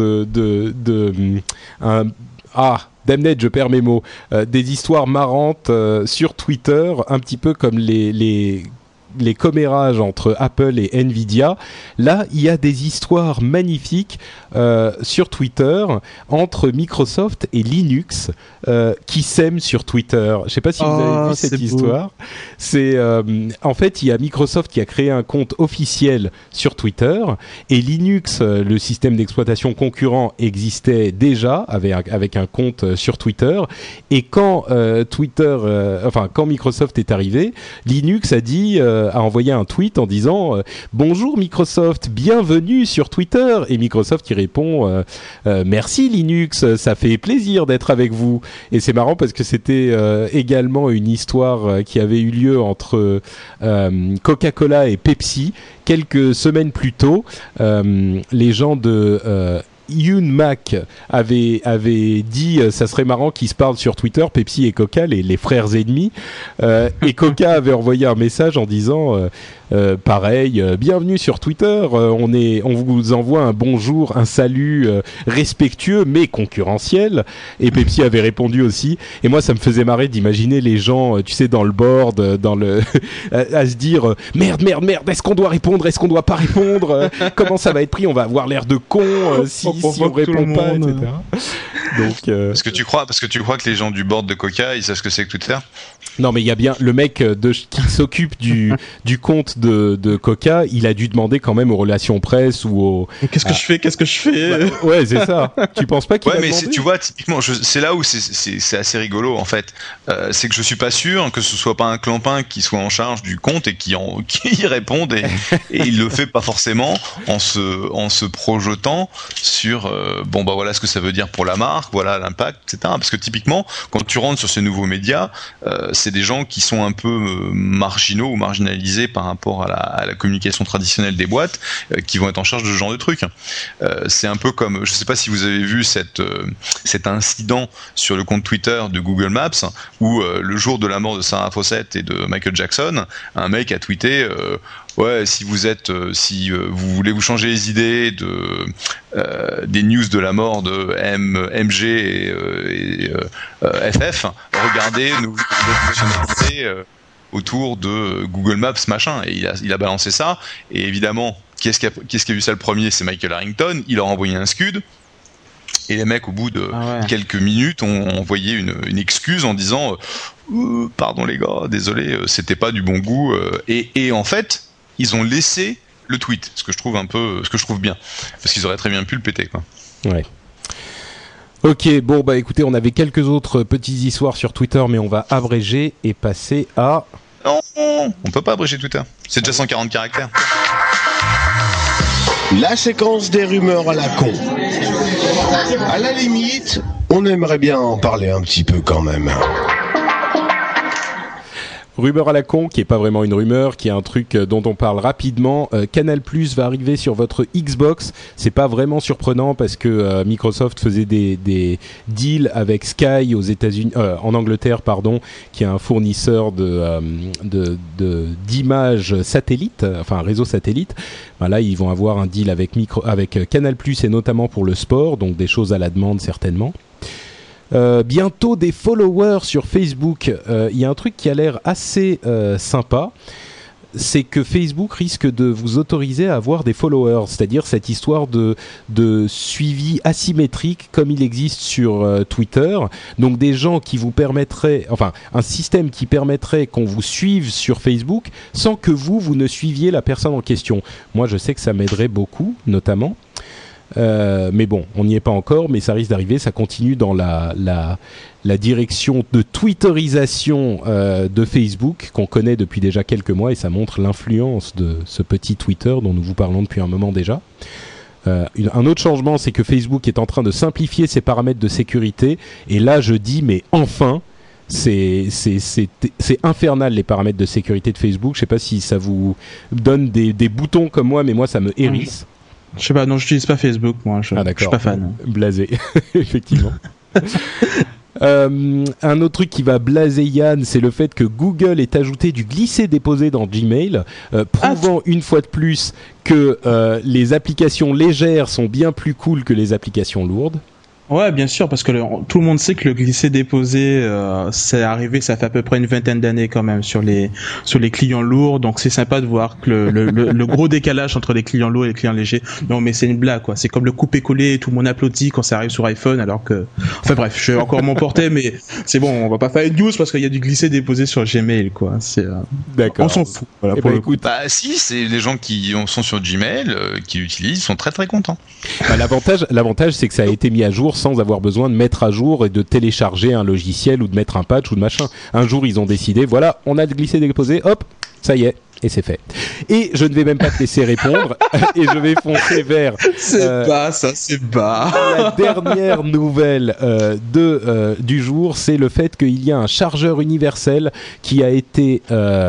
[SPEAKER 3] Damned, je perds mes mots. Des histoires marrantes sur Twitter, un petit peu comme les commérages entre Apple et Nvidia. Là, il y a des histoires magnifiques sur Twitter entre Microsoft et Linux qui s'aiment sur Twitter. Je ne sais pas si vous avez vu cette histoire. C'est en fait, il y a Microsoft qui a créé un compte officiel sur Twitter et Linux, le système d'exploitation concurrent, existait déjà avec un compte sur Twitter. Et quand quand Microsoft est arrivé, Linux a envoyé un tweet en disant bonjour Microsoft, bienvenue sur Twitter. Et Microsoft il répond merci Linux, ça fait plaisir d'être avec vous. Et c'est marrant parce que c'était également une histoire qui avait eu lieu entre Coca-Cola et Pepsi quelques semaines plus tôt. Les gens de Yoon Mac avait dit ça serait marrant qu'ils se parlent sur Twitter, Pepsi et Coca, les frères ennemis, et Coca avait envoyé un message en disant pareil, bienvenue sur Twitter, on vous envoie un bonjour, un salut respectueux mais concurrentiel. Et Pepsi avait répondu aussi, et moi ça me faisait marrer d'imaginer les gens, tu sais, dans le board, à se dire merde, est-ce qu'on doit répondre, est-ce qu'on doit pas répondre, comment ça va être pris, on va avoir l'air de con si on répond pas, etc. Donc,
[SPEAKER 5] parce que tu crois que les gens du board de Coca ils savent ce que c'est que Twitter?
[SPEAKER 3] Non, mais il y a bien le mec qui s'occupe du compte de Coca, il a dû demander quand même aux relations presse ou aux...
[SPEAKER 4] Qu'est-ce que je fais
[SPEAKER 3] Ouais, c'est ça. Tu penses pas qu'il a demandé?
[SPEAKER 5] Tu vois, typiquement, c'est là où c'est assez rigolo en fait. C'est que je suis pas sûr que ce soit pas un clampin qui soit en charge du compte et qui y réponde et il le fait pas forcément en se projetant sur voilà ce que ça veut dire pour la marque, voilà l'impact, etc. Parce que typiquement, quand tu rentres sur ces nouveaux médias, c'est des gens qui sont un peu marginaux ou marginalisés par rapport à la communication traditionnelle des boîtes, qui vont être en charge de ce genre de trucs. C'est un peu comme, je sais pas si vous avez vu cet incident sur le compte Twitter de Google Maps où le jour de la mort de Sarah Fawcett et de Michael Jackson, un mec a tweeté si vous voulez vous changer les idées des news de la mort de MG et FF, regardez nos fonctionnalités autour de Google Maps machin, et il a balancé ça, et évidemment qui est-ce qui a vu ça le premier? C'est Michael Harrington. Il a envoyé un scud. Et les mecs, au bout de quelques minutes, ont envoyé une excuse en disant pardon les gars, désolé, c'était pas du bon goût. Et en fait, ils ont laissé le tweet, ce que je trouve bien, parce qu'ils auraient très bien pu le péter, quoi.
[SPEAKER 3] Ouais. Ok, bon bah écoutez, on avait quelques autres petites histoires sur Twitter, mais on va abréger et passer à...
[SPEAKER 5] Non, on peut pas abréger Twitter. C'est déjà 140 caractères.
[SPEAKER 9] La séquence des rumeurs à la con. À la limite, on aimerait bien en parler un petit peu quand même.
[SPEAKER 3] Rumeur à la con, qui est pas vraiment une rumeur, qui est un truc dont on parle rapidement. Canal+ va arriver sur votre Xbox. C'est pas vraiment surprenant parce que Microsoft faisait des deals avec Sky aux États-Unis, en Angleterre, pardon, qui est un fournisseur d'images satellites, enfin un réseau satellite. Ben là, ils vont avoir un deal avec Canal+ et notamment pour le sport, donc des choses à la demande certainement. Bientôt des followers sur Facebook. Il y a un truc qui a l'air assez sympa, c'est que Facebook risque de vous autoriser à avoir des followers, c'est-à-dire cette histoire de suivi asymétrique comme il existe sur Twitter. Donc des gens qui vous permettraient, enfin un système qui permettrait qu'on vous suive sur Facebook sans que vous ne suiviez la personne en question. Moi je sais que ça m'aiderait beaucoup, notamment. Mais bon, on n'y est pas encore, mais ça risque d'arriver. Ça continue dans la direction de twitterisation de Facebook qu'on connaît depuis déjà quelques mois, et ça montre l'influence de ce petit Twitter dont nous vous parlons depuis un moment déjà. Un autre changement, c'est que Facebook est en train de simplifier ses paramètres de sécurité, et là je dis mais enfin, c'est infernal les paramètres de sécurité de Facebook. Je sais pas si ça vous donne des boutons comme moi, mais moi ça me hérisse.
[SPEAKER 4] Je sais pas, non, j'utilise pas Facebook, moi. Je suis pas fan.
[SPEAKER 3] Blasé, effectivement. Un autre truc qui va blaser Yann, c'est le fait que Google ait ajouté du glisser-déposer dans Gmail, prouvant une fois de plus que les applications légères sont bien plus cool que les applications lourdes.
[SPEAKER 4] Ouais, bien sûr, parce que tout le monde sait que le glisser-déposer, c'est arrivé, ça fait à peu près une vingtaine d'années quand même sur les clients lourds, donc c'est sympa de voir que le gros décalage entre les clients lourds et les clients légers. Non, mais c'est une blague, quoi. C'est comme le couper-coller, tout le monde applaudit quand ça arrive sur iPhone, alors que, enfin bref, je vais encore m'emporter, mais c'est bon, on va pas faire une news parce qu'il y a du glisser-déposer sur Gmail, quoi.
[SPEAKER 3] D'accord.
[SPEAKER 4] On s'en fout. Voilà,
[SPEAKER 3] pour le coup.
[SPEAKER 5] Bah si, c'est les gens qui sont sur Gmail, qui l'utilisent, sont très très contents.
[SPEAKER 3] Bah, l'avantage, c'est que ça a été mis à jour sans avoir besoin de mettre à jour et de télécharger un logiciel ou de mettre un patch ou de machin. Un jour, ils ont décidé, voilà, on a glissé-déposé, hop, ça y est. Et c'est fait. Et je ne vais même pas te laisser répondre. Et je vais foncer vers...
[SPEAKER 4] C'est bas, ça, c'est bas.
[SPEAKER 3] La dernière nouvelle du jour, c'est le fait qu'il y a un chargeur universel qui a été...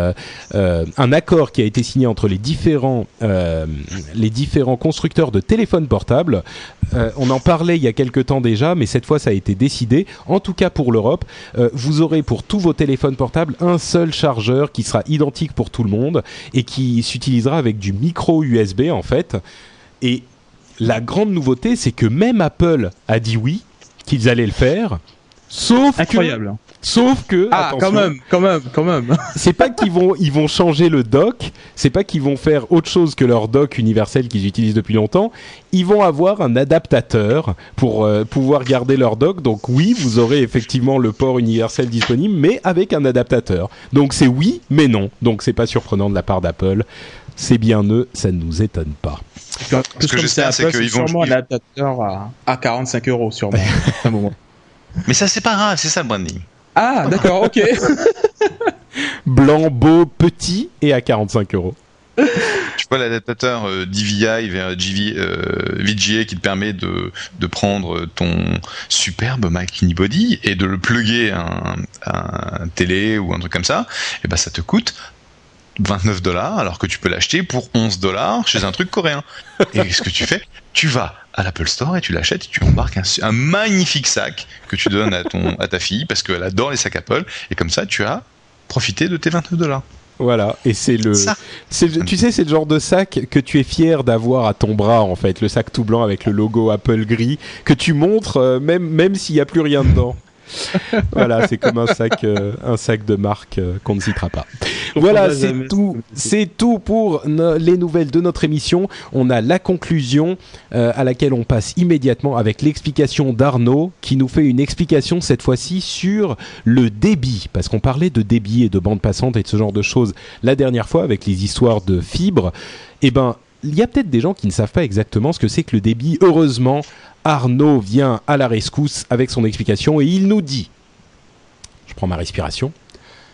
[SPEAKER 3] un accord qui a été signé entre les différents constructeurs de téléphones portables. On en parlait il y a quelque temps déjà, mais cette fois, ça a été décidé. En tout cas, pour l'Europe, vous aurez pour tous vos téléphones portables un seul chargeur qui sera identique pour tout le monde et qui s'utilisera avec du micro USB en fait. Et la grande nouveauté, c'est que même Apple a dit oui, qu'ils allaient le faire, sauf que attention,
[SPEAKER 4] quand même.
[SPEAKER 3] C'est pas qu'ils vont changer le dock, c'est pas qu'ils vont faire autre chose que leur dock universel qu'ils utilisent depuis longtemps. Ils vont avoir un adaptateur pour pouvoir garder leur dock. Donc oui, vous aurez effectivement le port universel disponible, mais avec un adaptateur. Donc c'est oui, mais non. Donc c'est pas surprenant de la part d'Apple. C'est bien eux, ça ne nous étonne pas.
[SPEAKER 5] Ce que j'espère, c'est qu'ils vont
[SPEAKER 4] sûrement un adaptateur à 45 € sûrement. À un moment.
[SPEAKER 5] Mais ça, c'est pas grave, c'est ça le branding.
[SPEAKER 4] Ah, d'accord, ok.
[SPEAKER 3] Blanc, beau, petit et à 45 €.
[SPEAKER 5] Tu vois l'adaptateur DVI vers VGA qui te permet de prendre ton superbe Mac Unibody et de le plugger à un télé ou un truc comme ça, et ben ça te coûte $29 alors que tu peux l'acheter pour $11 chez un truc coréen. Et ce que tu fais, tu vas à l'Apple Store et tu l'achètes et tu embarques un magnifique sac que tu donnes à ta fille parce qu'elle adore les sacs Apple, et comme ça tu as profité de tes $29.
[SPEAKER 3] Voilà, et tu sais, c'est le genre de sac que tu es fier d'avoir à ton bras en fait, le sac tout blanc avec le logo Apple gris que tu montres même s'il n'y a plus rien dedans. Voilà, c'est comme un sac de marque qu'on ne citera pas. Voilà, c'est tout pour les nouvelles de notre émission. On a la conclusion à laquelle on passe immédiatement avec l'explication d'Arnaud qui nous fait une explication cette fois-ci sur le débit, parce qu'on parlait de débit et de bande passante et de ce genre de choses la dernière fois avec les histoires de fibres. Eh ben, il y a peut-être des gens qui ne savent pas exactement ce que c'est que le débit. Heureusement, Arnaud vient à la rescousse avec son explication et il nous dit, je prends ma respiration,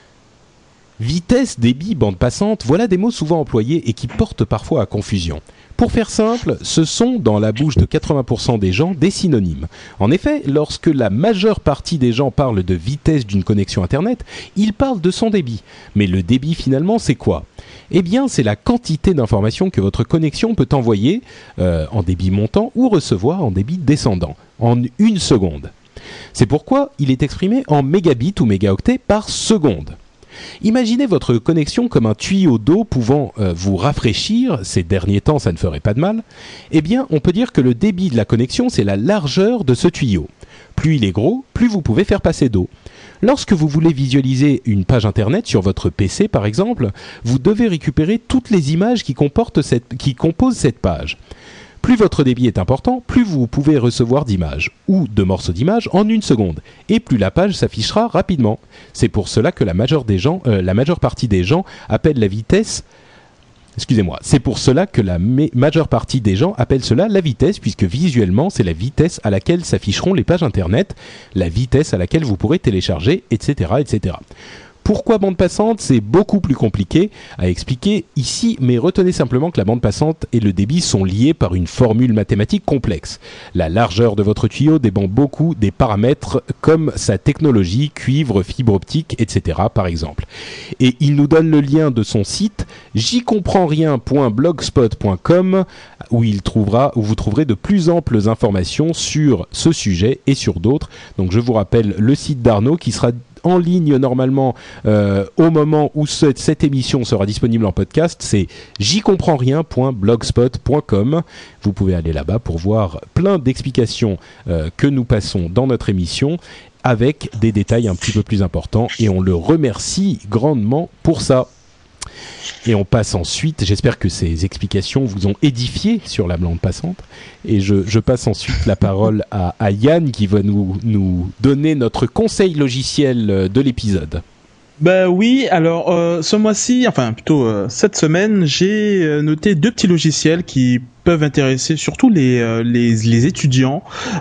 [SPEAKER 3] vitesse, débit, bande passante, voilà des mots souvent employés et qui portent parfois à confusion. Pour faire simple, ce sont, dans la bouche de 80% des gens, des synonymes. En effet, lorsque la majeure partie des gens parlent de vitesse d'une connexion Internet, ils parlent de son débit. Mais le débit, finalement, c'est quoi ? Eh bien, c'est la quantité d'informations que votre connexion peut envoyer en débit montant ou recevoir en débit descendant, en 1 seconde. C'est pourquoi il est exprimé en mégabits ou mégaoctets par seconde. Imaginez votre connexion comme un tuyau d'eau pouvant vous rafraîchir, ces derniers temps ça ne ferait pas de mal, eh bien on peut dire que le débit de la connexion c'est la largeur de ce tuyau. Plus il est gros, plus vous pouvez faire passer d'eau. Lorsque vous voulez visualiser une page internet sur votre PC par exemple, vous devez récupérer toutes les images qui composent cette page. Plus votre débit est important, plus vous pouvez recevoir d'images ou de morceaux d'images en 1 seconde, et plus la page s'affichera rapidement. C'est pour cela que la majeure partie des gens appellent la vitesse. C'est pour cela que la majeure partie des gens appellent cela la vitesse, puisque visuellement c'est la vitesse à laquelle s'afficheront les pages internet, la vitesse à laquelle vous pourrez télécharger, etc., etc. Pourquoi bande passante ? C'est beaucoup plus compliqué à expliquer ici, mais retenez simplement que la bande passante et le débit sont liés par une formule mathématique complexe. La largeur de votre tuyau dépend beaucoup des paramètres comme sa technologie, cuivre, fibre optique, etc. par exemple. Et il nous donne le lien de son site j'ycomprendrien.blogspot.com où vous trouverez de plus amples informations sur ce sujet et sur d'autres. Donc je vous rappelle le site d'Arnaud qui sera en ligne normalement au moment où cette émission sera disponible en podcast, c'est j'ycomprendrien.blogspot.com. Vous pouvez aller là-bas pour voir plein d'explications que nous passons dans notre émission avec des détails un petit peu plus importants et on le remercie grandement pour ça. Et on passe ensuite, j'espère que ces explications vous ont édifié sur la bande passante, et je passe ensuite la parole à Yann qui va nous donner notre conseil logiciel de l'épisode.
[SPEAKER 4] Bah oui, alors ce mois-ci, enfin plutôt cette semaine, j'ai noté 2 petits logiciels qui peuvent intéresser surtout les étudiants,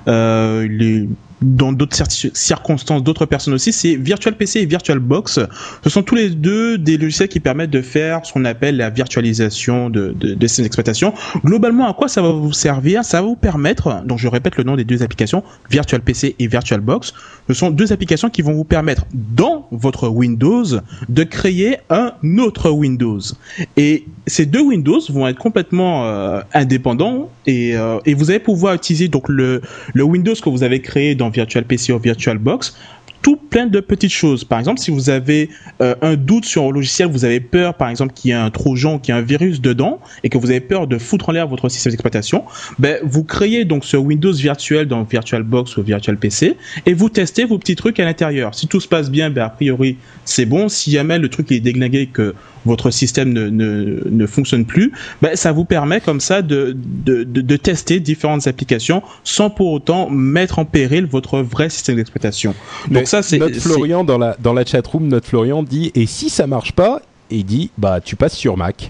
[SPEAKER 4] dans d'autres circonstances, d'autres personnes aussi, c'est VirtualPC et VirtualBox. Ce sont tous les deux des logiciels qui permettent de faire ce qu'on appelle la virtualisation de systèmes d'exploitation. Globalement, à quoi ça va vous servir ? Ça va vous permettre, donc je répète le nom des 2 applications, VirtualPC et VirtualBox. Ce sont 2 applications qui vont vous permettre, dans votre Windows, de créer un autre Windows. Et ces 2 Windows vont être complètement indépendants et vous allez pouvoir utiliser donc le Windows que vous avez créé dans VirtualPC ou VirtualBox, tout plein de petites choses. Par exemple, si vous avez un doute sur un logiciel, vous avez peur, par exemple, qu'il y ait un trojan, qu'il y ait un virus dedans, et que vous avez peur de foutre en l'air votre système d'exploitation, vous créez donc ce Windows virtuel dans VirtualBox ou VirtualPC, et vous testez vos petits trucs à l'intérieur. Si tout se passe bien, a priori, c'est bon. Si jamais le truc est déglingué, que votre système ne fonctionne plus, ça vous permet comme ça de tester différentes applications sans pour autant mettre en péril votre vrai système d'exploitation. Donc ça, c'est
[SPEAKER 3] Florian dans la chatroom, notre Florian dit et si ça marche pas, il dit tu passes sur Mac.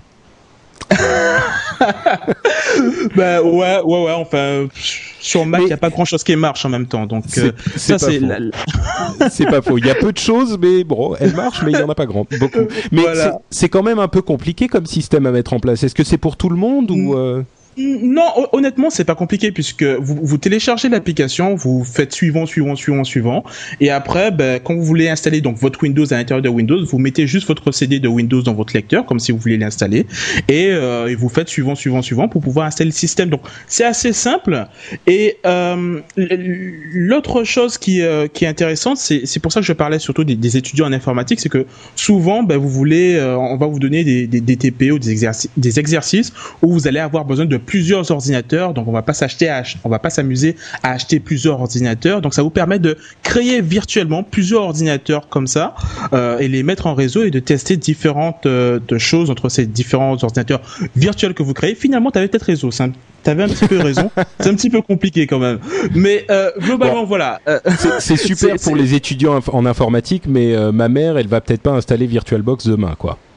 [SPEAKER 4] Ouais, enfin sur Mac il y a pas grand chose qui marche en même temps, donc
[SPEAKER 3] c'est pas faux. Il y a peu de choses, mais bon, elles marchent, mais il y en a pas beaucoup. Mais voilà. C'est quand même un peu compliqué comme système à mettre en place. Est-ce que c'est pour tout le monde ou
[SPEAKER 4] Non, honnêtement, c'est pas compliqué puisque vous téléchargez l'application, vous faites suivant, et après, quand vous voulez installer donc votre Windows à l'intérieur de Windows, vous mettez juste votre CD de Windows dans votre lecteur, comme si vous vouliez l'installer, et vous faites suivant pour pouvoir installer le système. Donc, c'est assez simple. Et l'autre chose qui est intéressante, c'est pour ça que je parlais surtout des étudiants en informatique, c'est que souvent, vous voulez, on va vous donner des TPE, des exercices où vous allez avoir besoin de plusieurs ordinateurs, donc on va pas s'amuser à acheter plusieurs ordinateurs, donc ça vous permet de créer virtuellement plusieurs ordinateurs comme ça et les mettre en réseau et de tester différentes choses entre ces différents ordinateurs virtuels que vous créez. Finalement, t'avais peut-être raison, t'avais un petit peu raison, c'est un petit peu compliqué quand même, mais globalement voilà.
[SPEAKER 3] C'est super pour les étudiants en informatique, mais ma mère elle va peut-être pas installer VirtualBox demain quoi.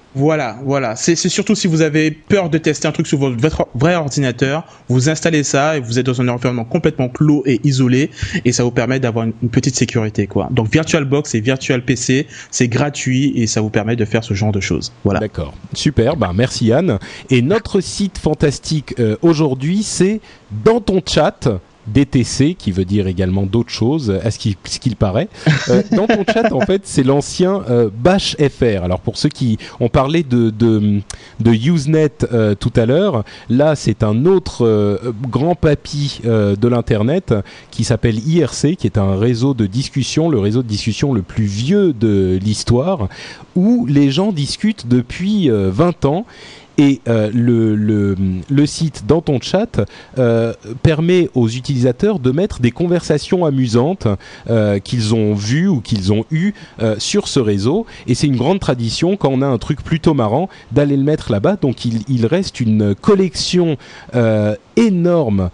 [SPEAKER 4] Voilà. C'est surtout si vous avez peur de tester un truc sur votre vrai ordinateur, vous installez ça et vous êtes dans un environnement complètement clos et isolé et ça vous permet d'avoir une petite sécurité, quoi. Donc VirtualBox et VirtualPC, c'est gratuit et ça vous permet de faire ce genre de choses. Voilà.
[SPEAKER 3] D'accord. Super. Merci Yann. Et notre site fantastique aujourd'hui, c'est Dans ton chat. DTC, qui veut dire également d'autres choses, à ce qu'il paraît. Dans ton chat, en fait, c'est l'ancien Bash FR. Alors, pour ceux qui ont parlé de Usenet tout à l'heure, là, c'est un autre grand papy de l'Internet qui s'appelle IRC, qui est un réseau de discussion, le réseau de discussion le plus vieux de l'histoire, où les gens discutent depuis 20 ans. Et le site Dans ton chat permet aux utilisateurs de mettre des conversations amusantes qu'ils ont vues ou qu'ils ont eues sur ce réseau. Et c'est une grande tradition, quand on a un truc plutôt marrant, d'aller le mettre là-bas. Donc il reste une collection énorme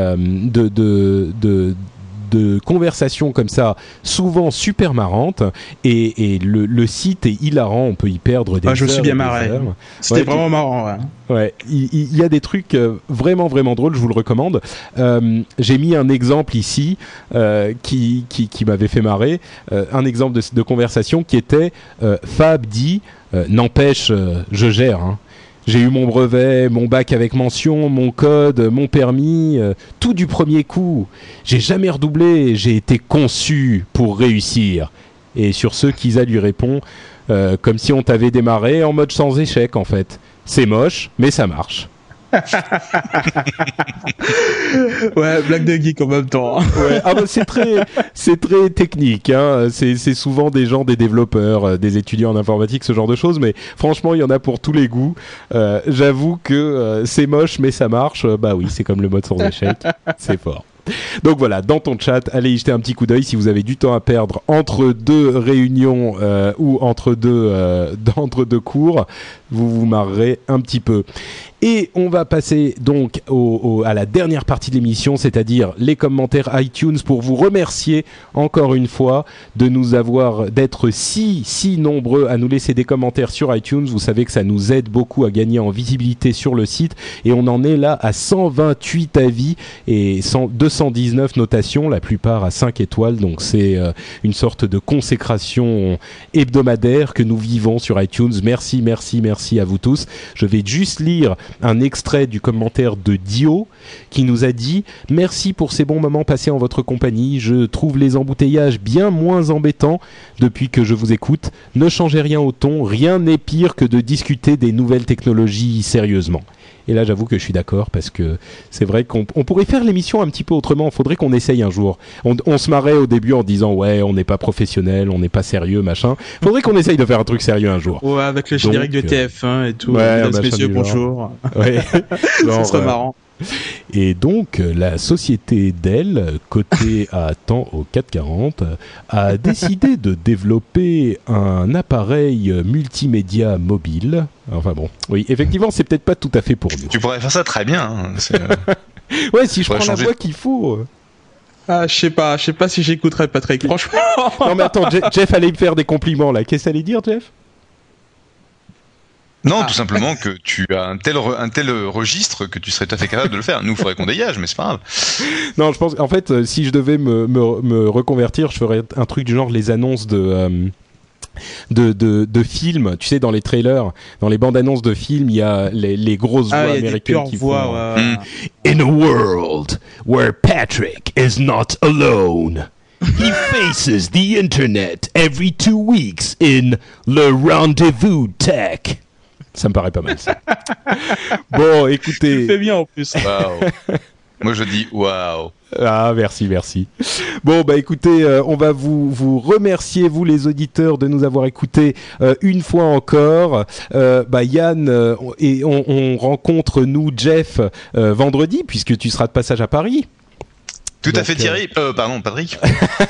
[SPEAKER 3] de conversations comme ça, souvent super marrantes, et le site est hilarant, on peut y perdre des heures.
[SPEAKER 4] Je me suis bien marré. C'était vraiment marrant.
[SPEAKER 3] Ouais, il y a des trucs vraiment vraiment drôles, je vous le recommande. J'ai mis un exemple ici qui m'avait fait marrer, un exemple de conversation qui était Fab dit n'empêche, je gère, hein. J'ai eu mon brevet, mon bac avec mention, mon code, mon permis, tout du premier coup. J'ai jamais redoublé, j'ai été conçu pour réussir. Et sur ce, Kisa lui répond, comme si on t'avait démarré en mode sans échec en fait. C'est moche, mais ça marche.
[SPEAKER 4] Ouais, blague de geek en même temps.
[SPEAKER 3] Ouais, c'est très technique, hein. C'est souvent des gens, des développeurs, des étudiants en informatique, ce genre de choses, mais franchement, il y en a pour tous les goûts. J'avoue que c'est moche, mais ça marche. Bah oui, c'est comme le mode sans échec, c'est fort. Donc voilà, dans ton chat, allez y jeter un petit coup d'œil si vous avez du temps à perdre entre deux réunions ou entre deux cours, vous vous marrerez un petit peu. Et on va passer donc à la dernière partie de l'émission, c'est-à-dire les commentaires iTunes, pour vous remercier encore une fois d'être si nombreux à nous laisser des commentaires sur iTunes. Vous savez que ça nous aide beaucoup à gagner en visibilité sur le site, et on en est là à 128 avis et 219 notations, la plupart à 5 étoiles, donc c'est une sorte de consécration hebdomadaire que nous vivons sur iTunes. Merci à vous tous. Je vais juste lire un extrait du commentaire de Dio qui nous a dit « Merci pour ces bons moments passés en votre compagnie. Je trouve les embouteillages bien moins embêtants depuis que je vous écoute. Ne changez rien au ton. Rien n'est pire que de discuter des nouvelles technologies sérieusement. » Et là, j'avoue que je suis d'accord, parce que c'est vrai qu'on pourrait faire l'émission un petit peu autrement. Il faudrait qu'on essaye un jour. On se marrait au début en disant « Ouais, on n'est pas professionnel, on n'est pas sérieux, machin. » Il faudrait qu'on essaye de faire un truc sérieux un jour.
[SPEAKER 4] Ouais, avec le générique de TF1 et tout.
[SPEAKER 3] Ouais,
[SPEAKER 4] mesdames, messieurs, bonjour.
[SPEAKER 3] Ouais.
[SPEAKER 4] Ça serait marrant.
[SPEAKER 3] Et donc, la société Dell, cotée à temps au 440, a décidé de développer un appareil multimédia mobile. Enfin bon, oui, effectivement, c'est peut-être pas tout à fait pour nous.
[SPEAKER 5] Tu pourrais faire ça très bien. Hein.
[SPEAKER 3] Ouais, si je prends la voix qu'il faut.
[SPEAKER 4] Ah, je sais pas si j'écouterais Patrick, franchement.
[SPEAKER 3] Non mais attends, Jeff allait me faire des compliments là. Qu'est-ce que ça allait dire, Jeff ?
[SPEAKER 5] Non, tout simplement que tu as un tel registre que tu serais tout à fait capable de le faire. Nous, il faudrait qu'on dégage, mais c'est pas grave.
[SPEAKER 3] Non, je pense, en fait, si je devais me reconvertir, je ferais un truc du genre les annonces de films. Tu sais, dans les trailers, dans les bandes annonces de films, il y a les grosses voix américaines qui font In a world where Patrick is not alone. He faces the internet every 2 weeks in le rendezvous tech. Ça me paraît pas mal, ça. Bon, écoutez...
[SPEAKER 4] Tu le fais bien, en plus.
[SPEAKER 5] Waouh. Moi, je dis waouh.
[SPEAKER 3] Ah, merci. Bon, bah écoutez, on va vous remercier, vous les auditeurs, de nous avoir écoutés une fois encore. Yann, et on rencontre, nous, Jeff, vendredi, puisque tu seras de passage à Paris.
[SPEAKER 5] Tout à fait, Thierry. Pardon, Patrick.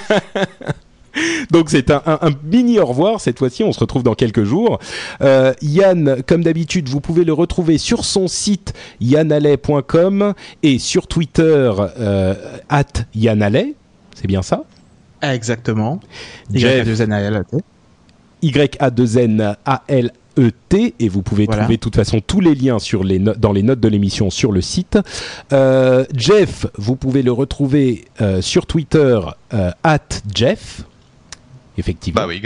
[SPEAKER 3] Donc c'est un mini au revoir cette fois-ci, on se retrouve dans quelques jours. Yann, comme d'habitude, vous pouvez le retrouver sur son site yannaley.com et sur Twitter @yannaley, c'est bien ça ?
[SPEAKER 4] Exactement.
[SPEAKER 3] Jeff,
[SPEAKER 4] Y-A-2-N-A-L-E-T.
[SPEAKER 3] Y-A-2-N-A-L et vous pouvez trouver de toute façon tous les liens dans les notes de l'émission sur le site. Jeff, vous pouvez le retrouver sur Twitter @Jeff. Effectivement.
[SPEAKER 5] Bah oui,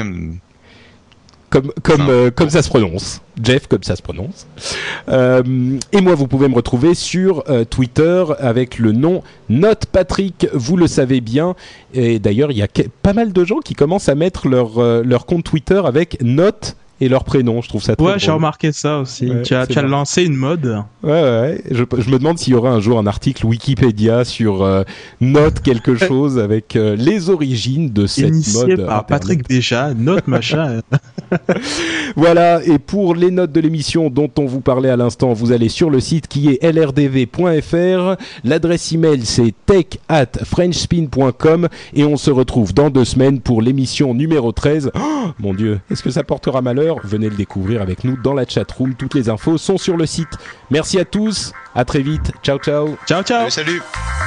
[SPEAKER 3] comme ça se prononce. Jeff, comme ça se prononce. Et moi, vous pouvez me retrouver sur Twitter avec le nom NotePatrick, vous le savez bien. Et d'ailleurs, il y a pas mal de gens qui commencent à mettre leur compte Twitter avec Note et leur prénom. Je trouve ça très drôle.
[SPEAKER 4] Ouais, j'ai remarqué ça aussi.
[SPEAKER 3] Ouais,
[SPEAKER 4] tu as lancé une mode.
[SPEAKER 3] Ouais. Je me demande s'il y aura un jour un article Wikipédia sur Note quelque chose avec les origines de cette
[SPEAKER 4] initié
[SPEAKER 3] mode.
[SPEAKER 4] Par Patrick Béja, Note machin.
[SPEAKER 3] Voilà, et pour les notes de l'émission dont on vous parlait à l'instant, vous allez sur le site qui est lrdv.fr. L'adresse email c'est tech@frenchspin.com et on se retrouve dans 2 semaines pour l'émission numéro 13. Oh, mon Dieu, est-ce que ça portera malheur ? Venez le découvrir avec nous dans la chatroom. Toutes les infos sont sur le site. Merci à tous, à très vite. Ciao, ciao.
[SPEAKER 4] Ciao, ciao.
[SPEAKER 5] Salut.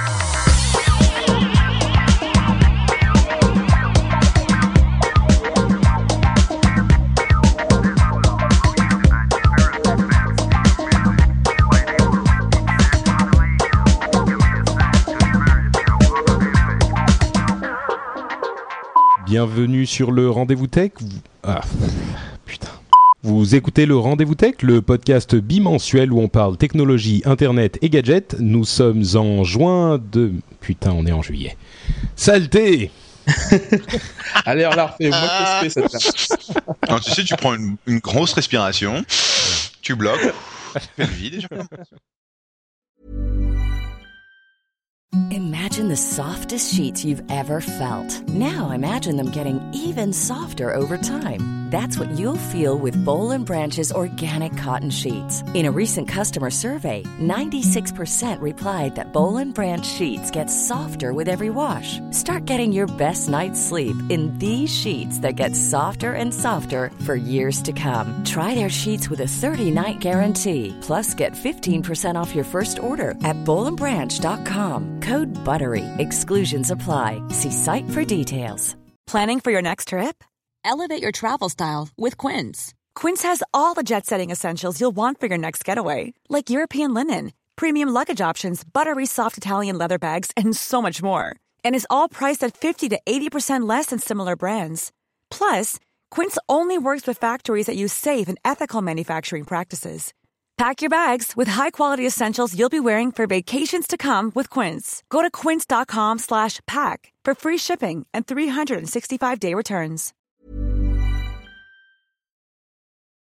[SPEAKER 3] Bienvenue sur le Rendez-vous Tech. Putain. Vous écoutez le Rendez-vous Tech, le podcast bimensuel où on parle technologie, internet et gadgets. Nous sommes en juin de... Putain, on est en juillet. Saleté.
[SPEAKER 4] Allez, on la refait. Moi, qu'est-ce que c'est cette
[SPEAKER 5] Alors, tu sais, tu prends une grosse respiration, tu bloques, tu fais le vide et tu recommences.
[SPEAKER 10] Imagine the softest sheets you've ever felt. Now imagine them getting even softer over time. That's what you'll feel with Boll & Branch's organic cotton sheets. In a recent customer survey, 96% replied that Boll & Branch sheets get softer with every wash. Start getting your best night's sleep in these sheets that get softer and softer for years to come. Try their sheets with a 30-night guarantee. Plus, get 15% off your first order at bollandbranch.com. Code BUTTERY. Exclusions apply. See site for details.
[SPEAKER 11] Planning for your next trip? Elevate your travel style with Quince. Quince has all the jet-setting essentials you'll want for your next getaway, like European linen, premium luggage options, buttery soft Italian leather bags, and so much more. And is all priced at 50 to 80% less than similar brands. Plus, Quince only works with factories that use safe and ethical manufacturing practices. Pack your bags with high-quality essentials you'll be wearing for vacations to come with Quince. Go to quince.com/pack for free shipping and 365-day returns.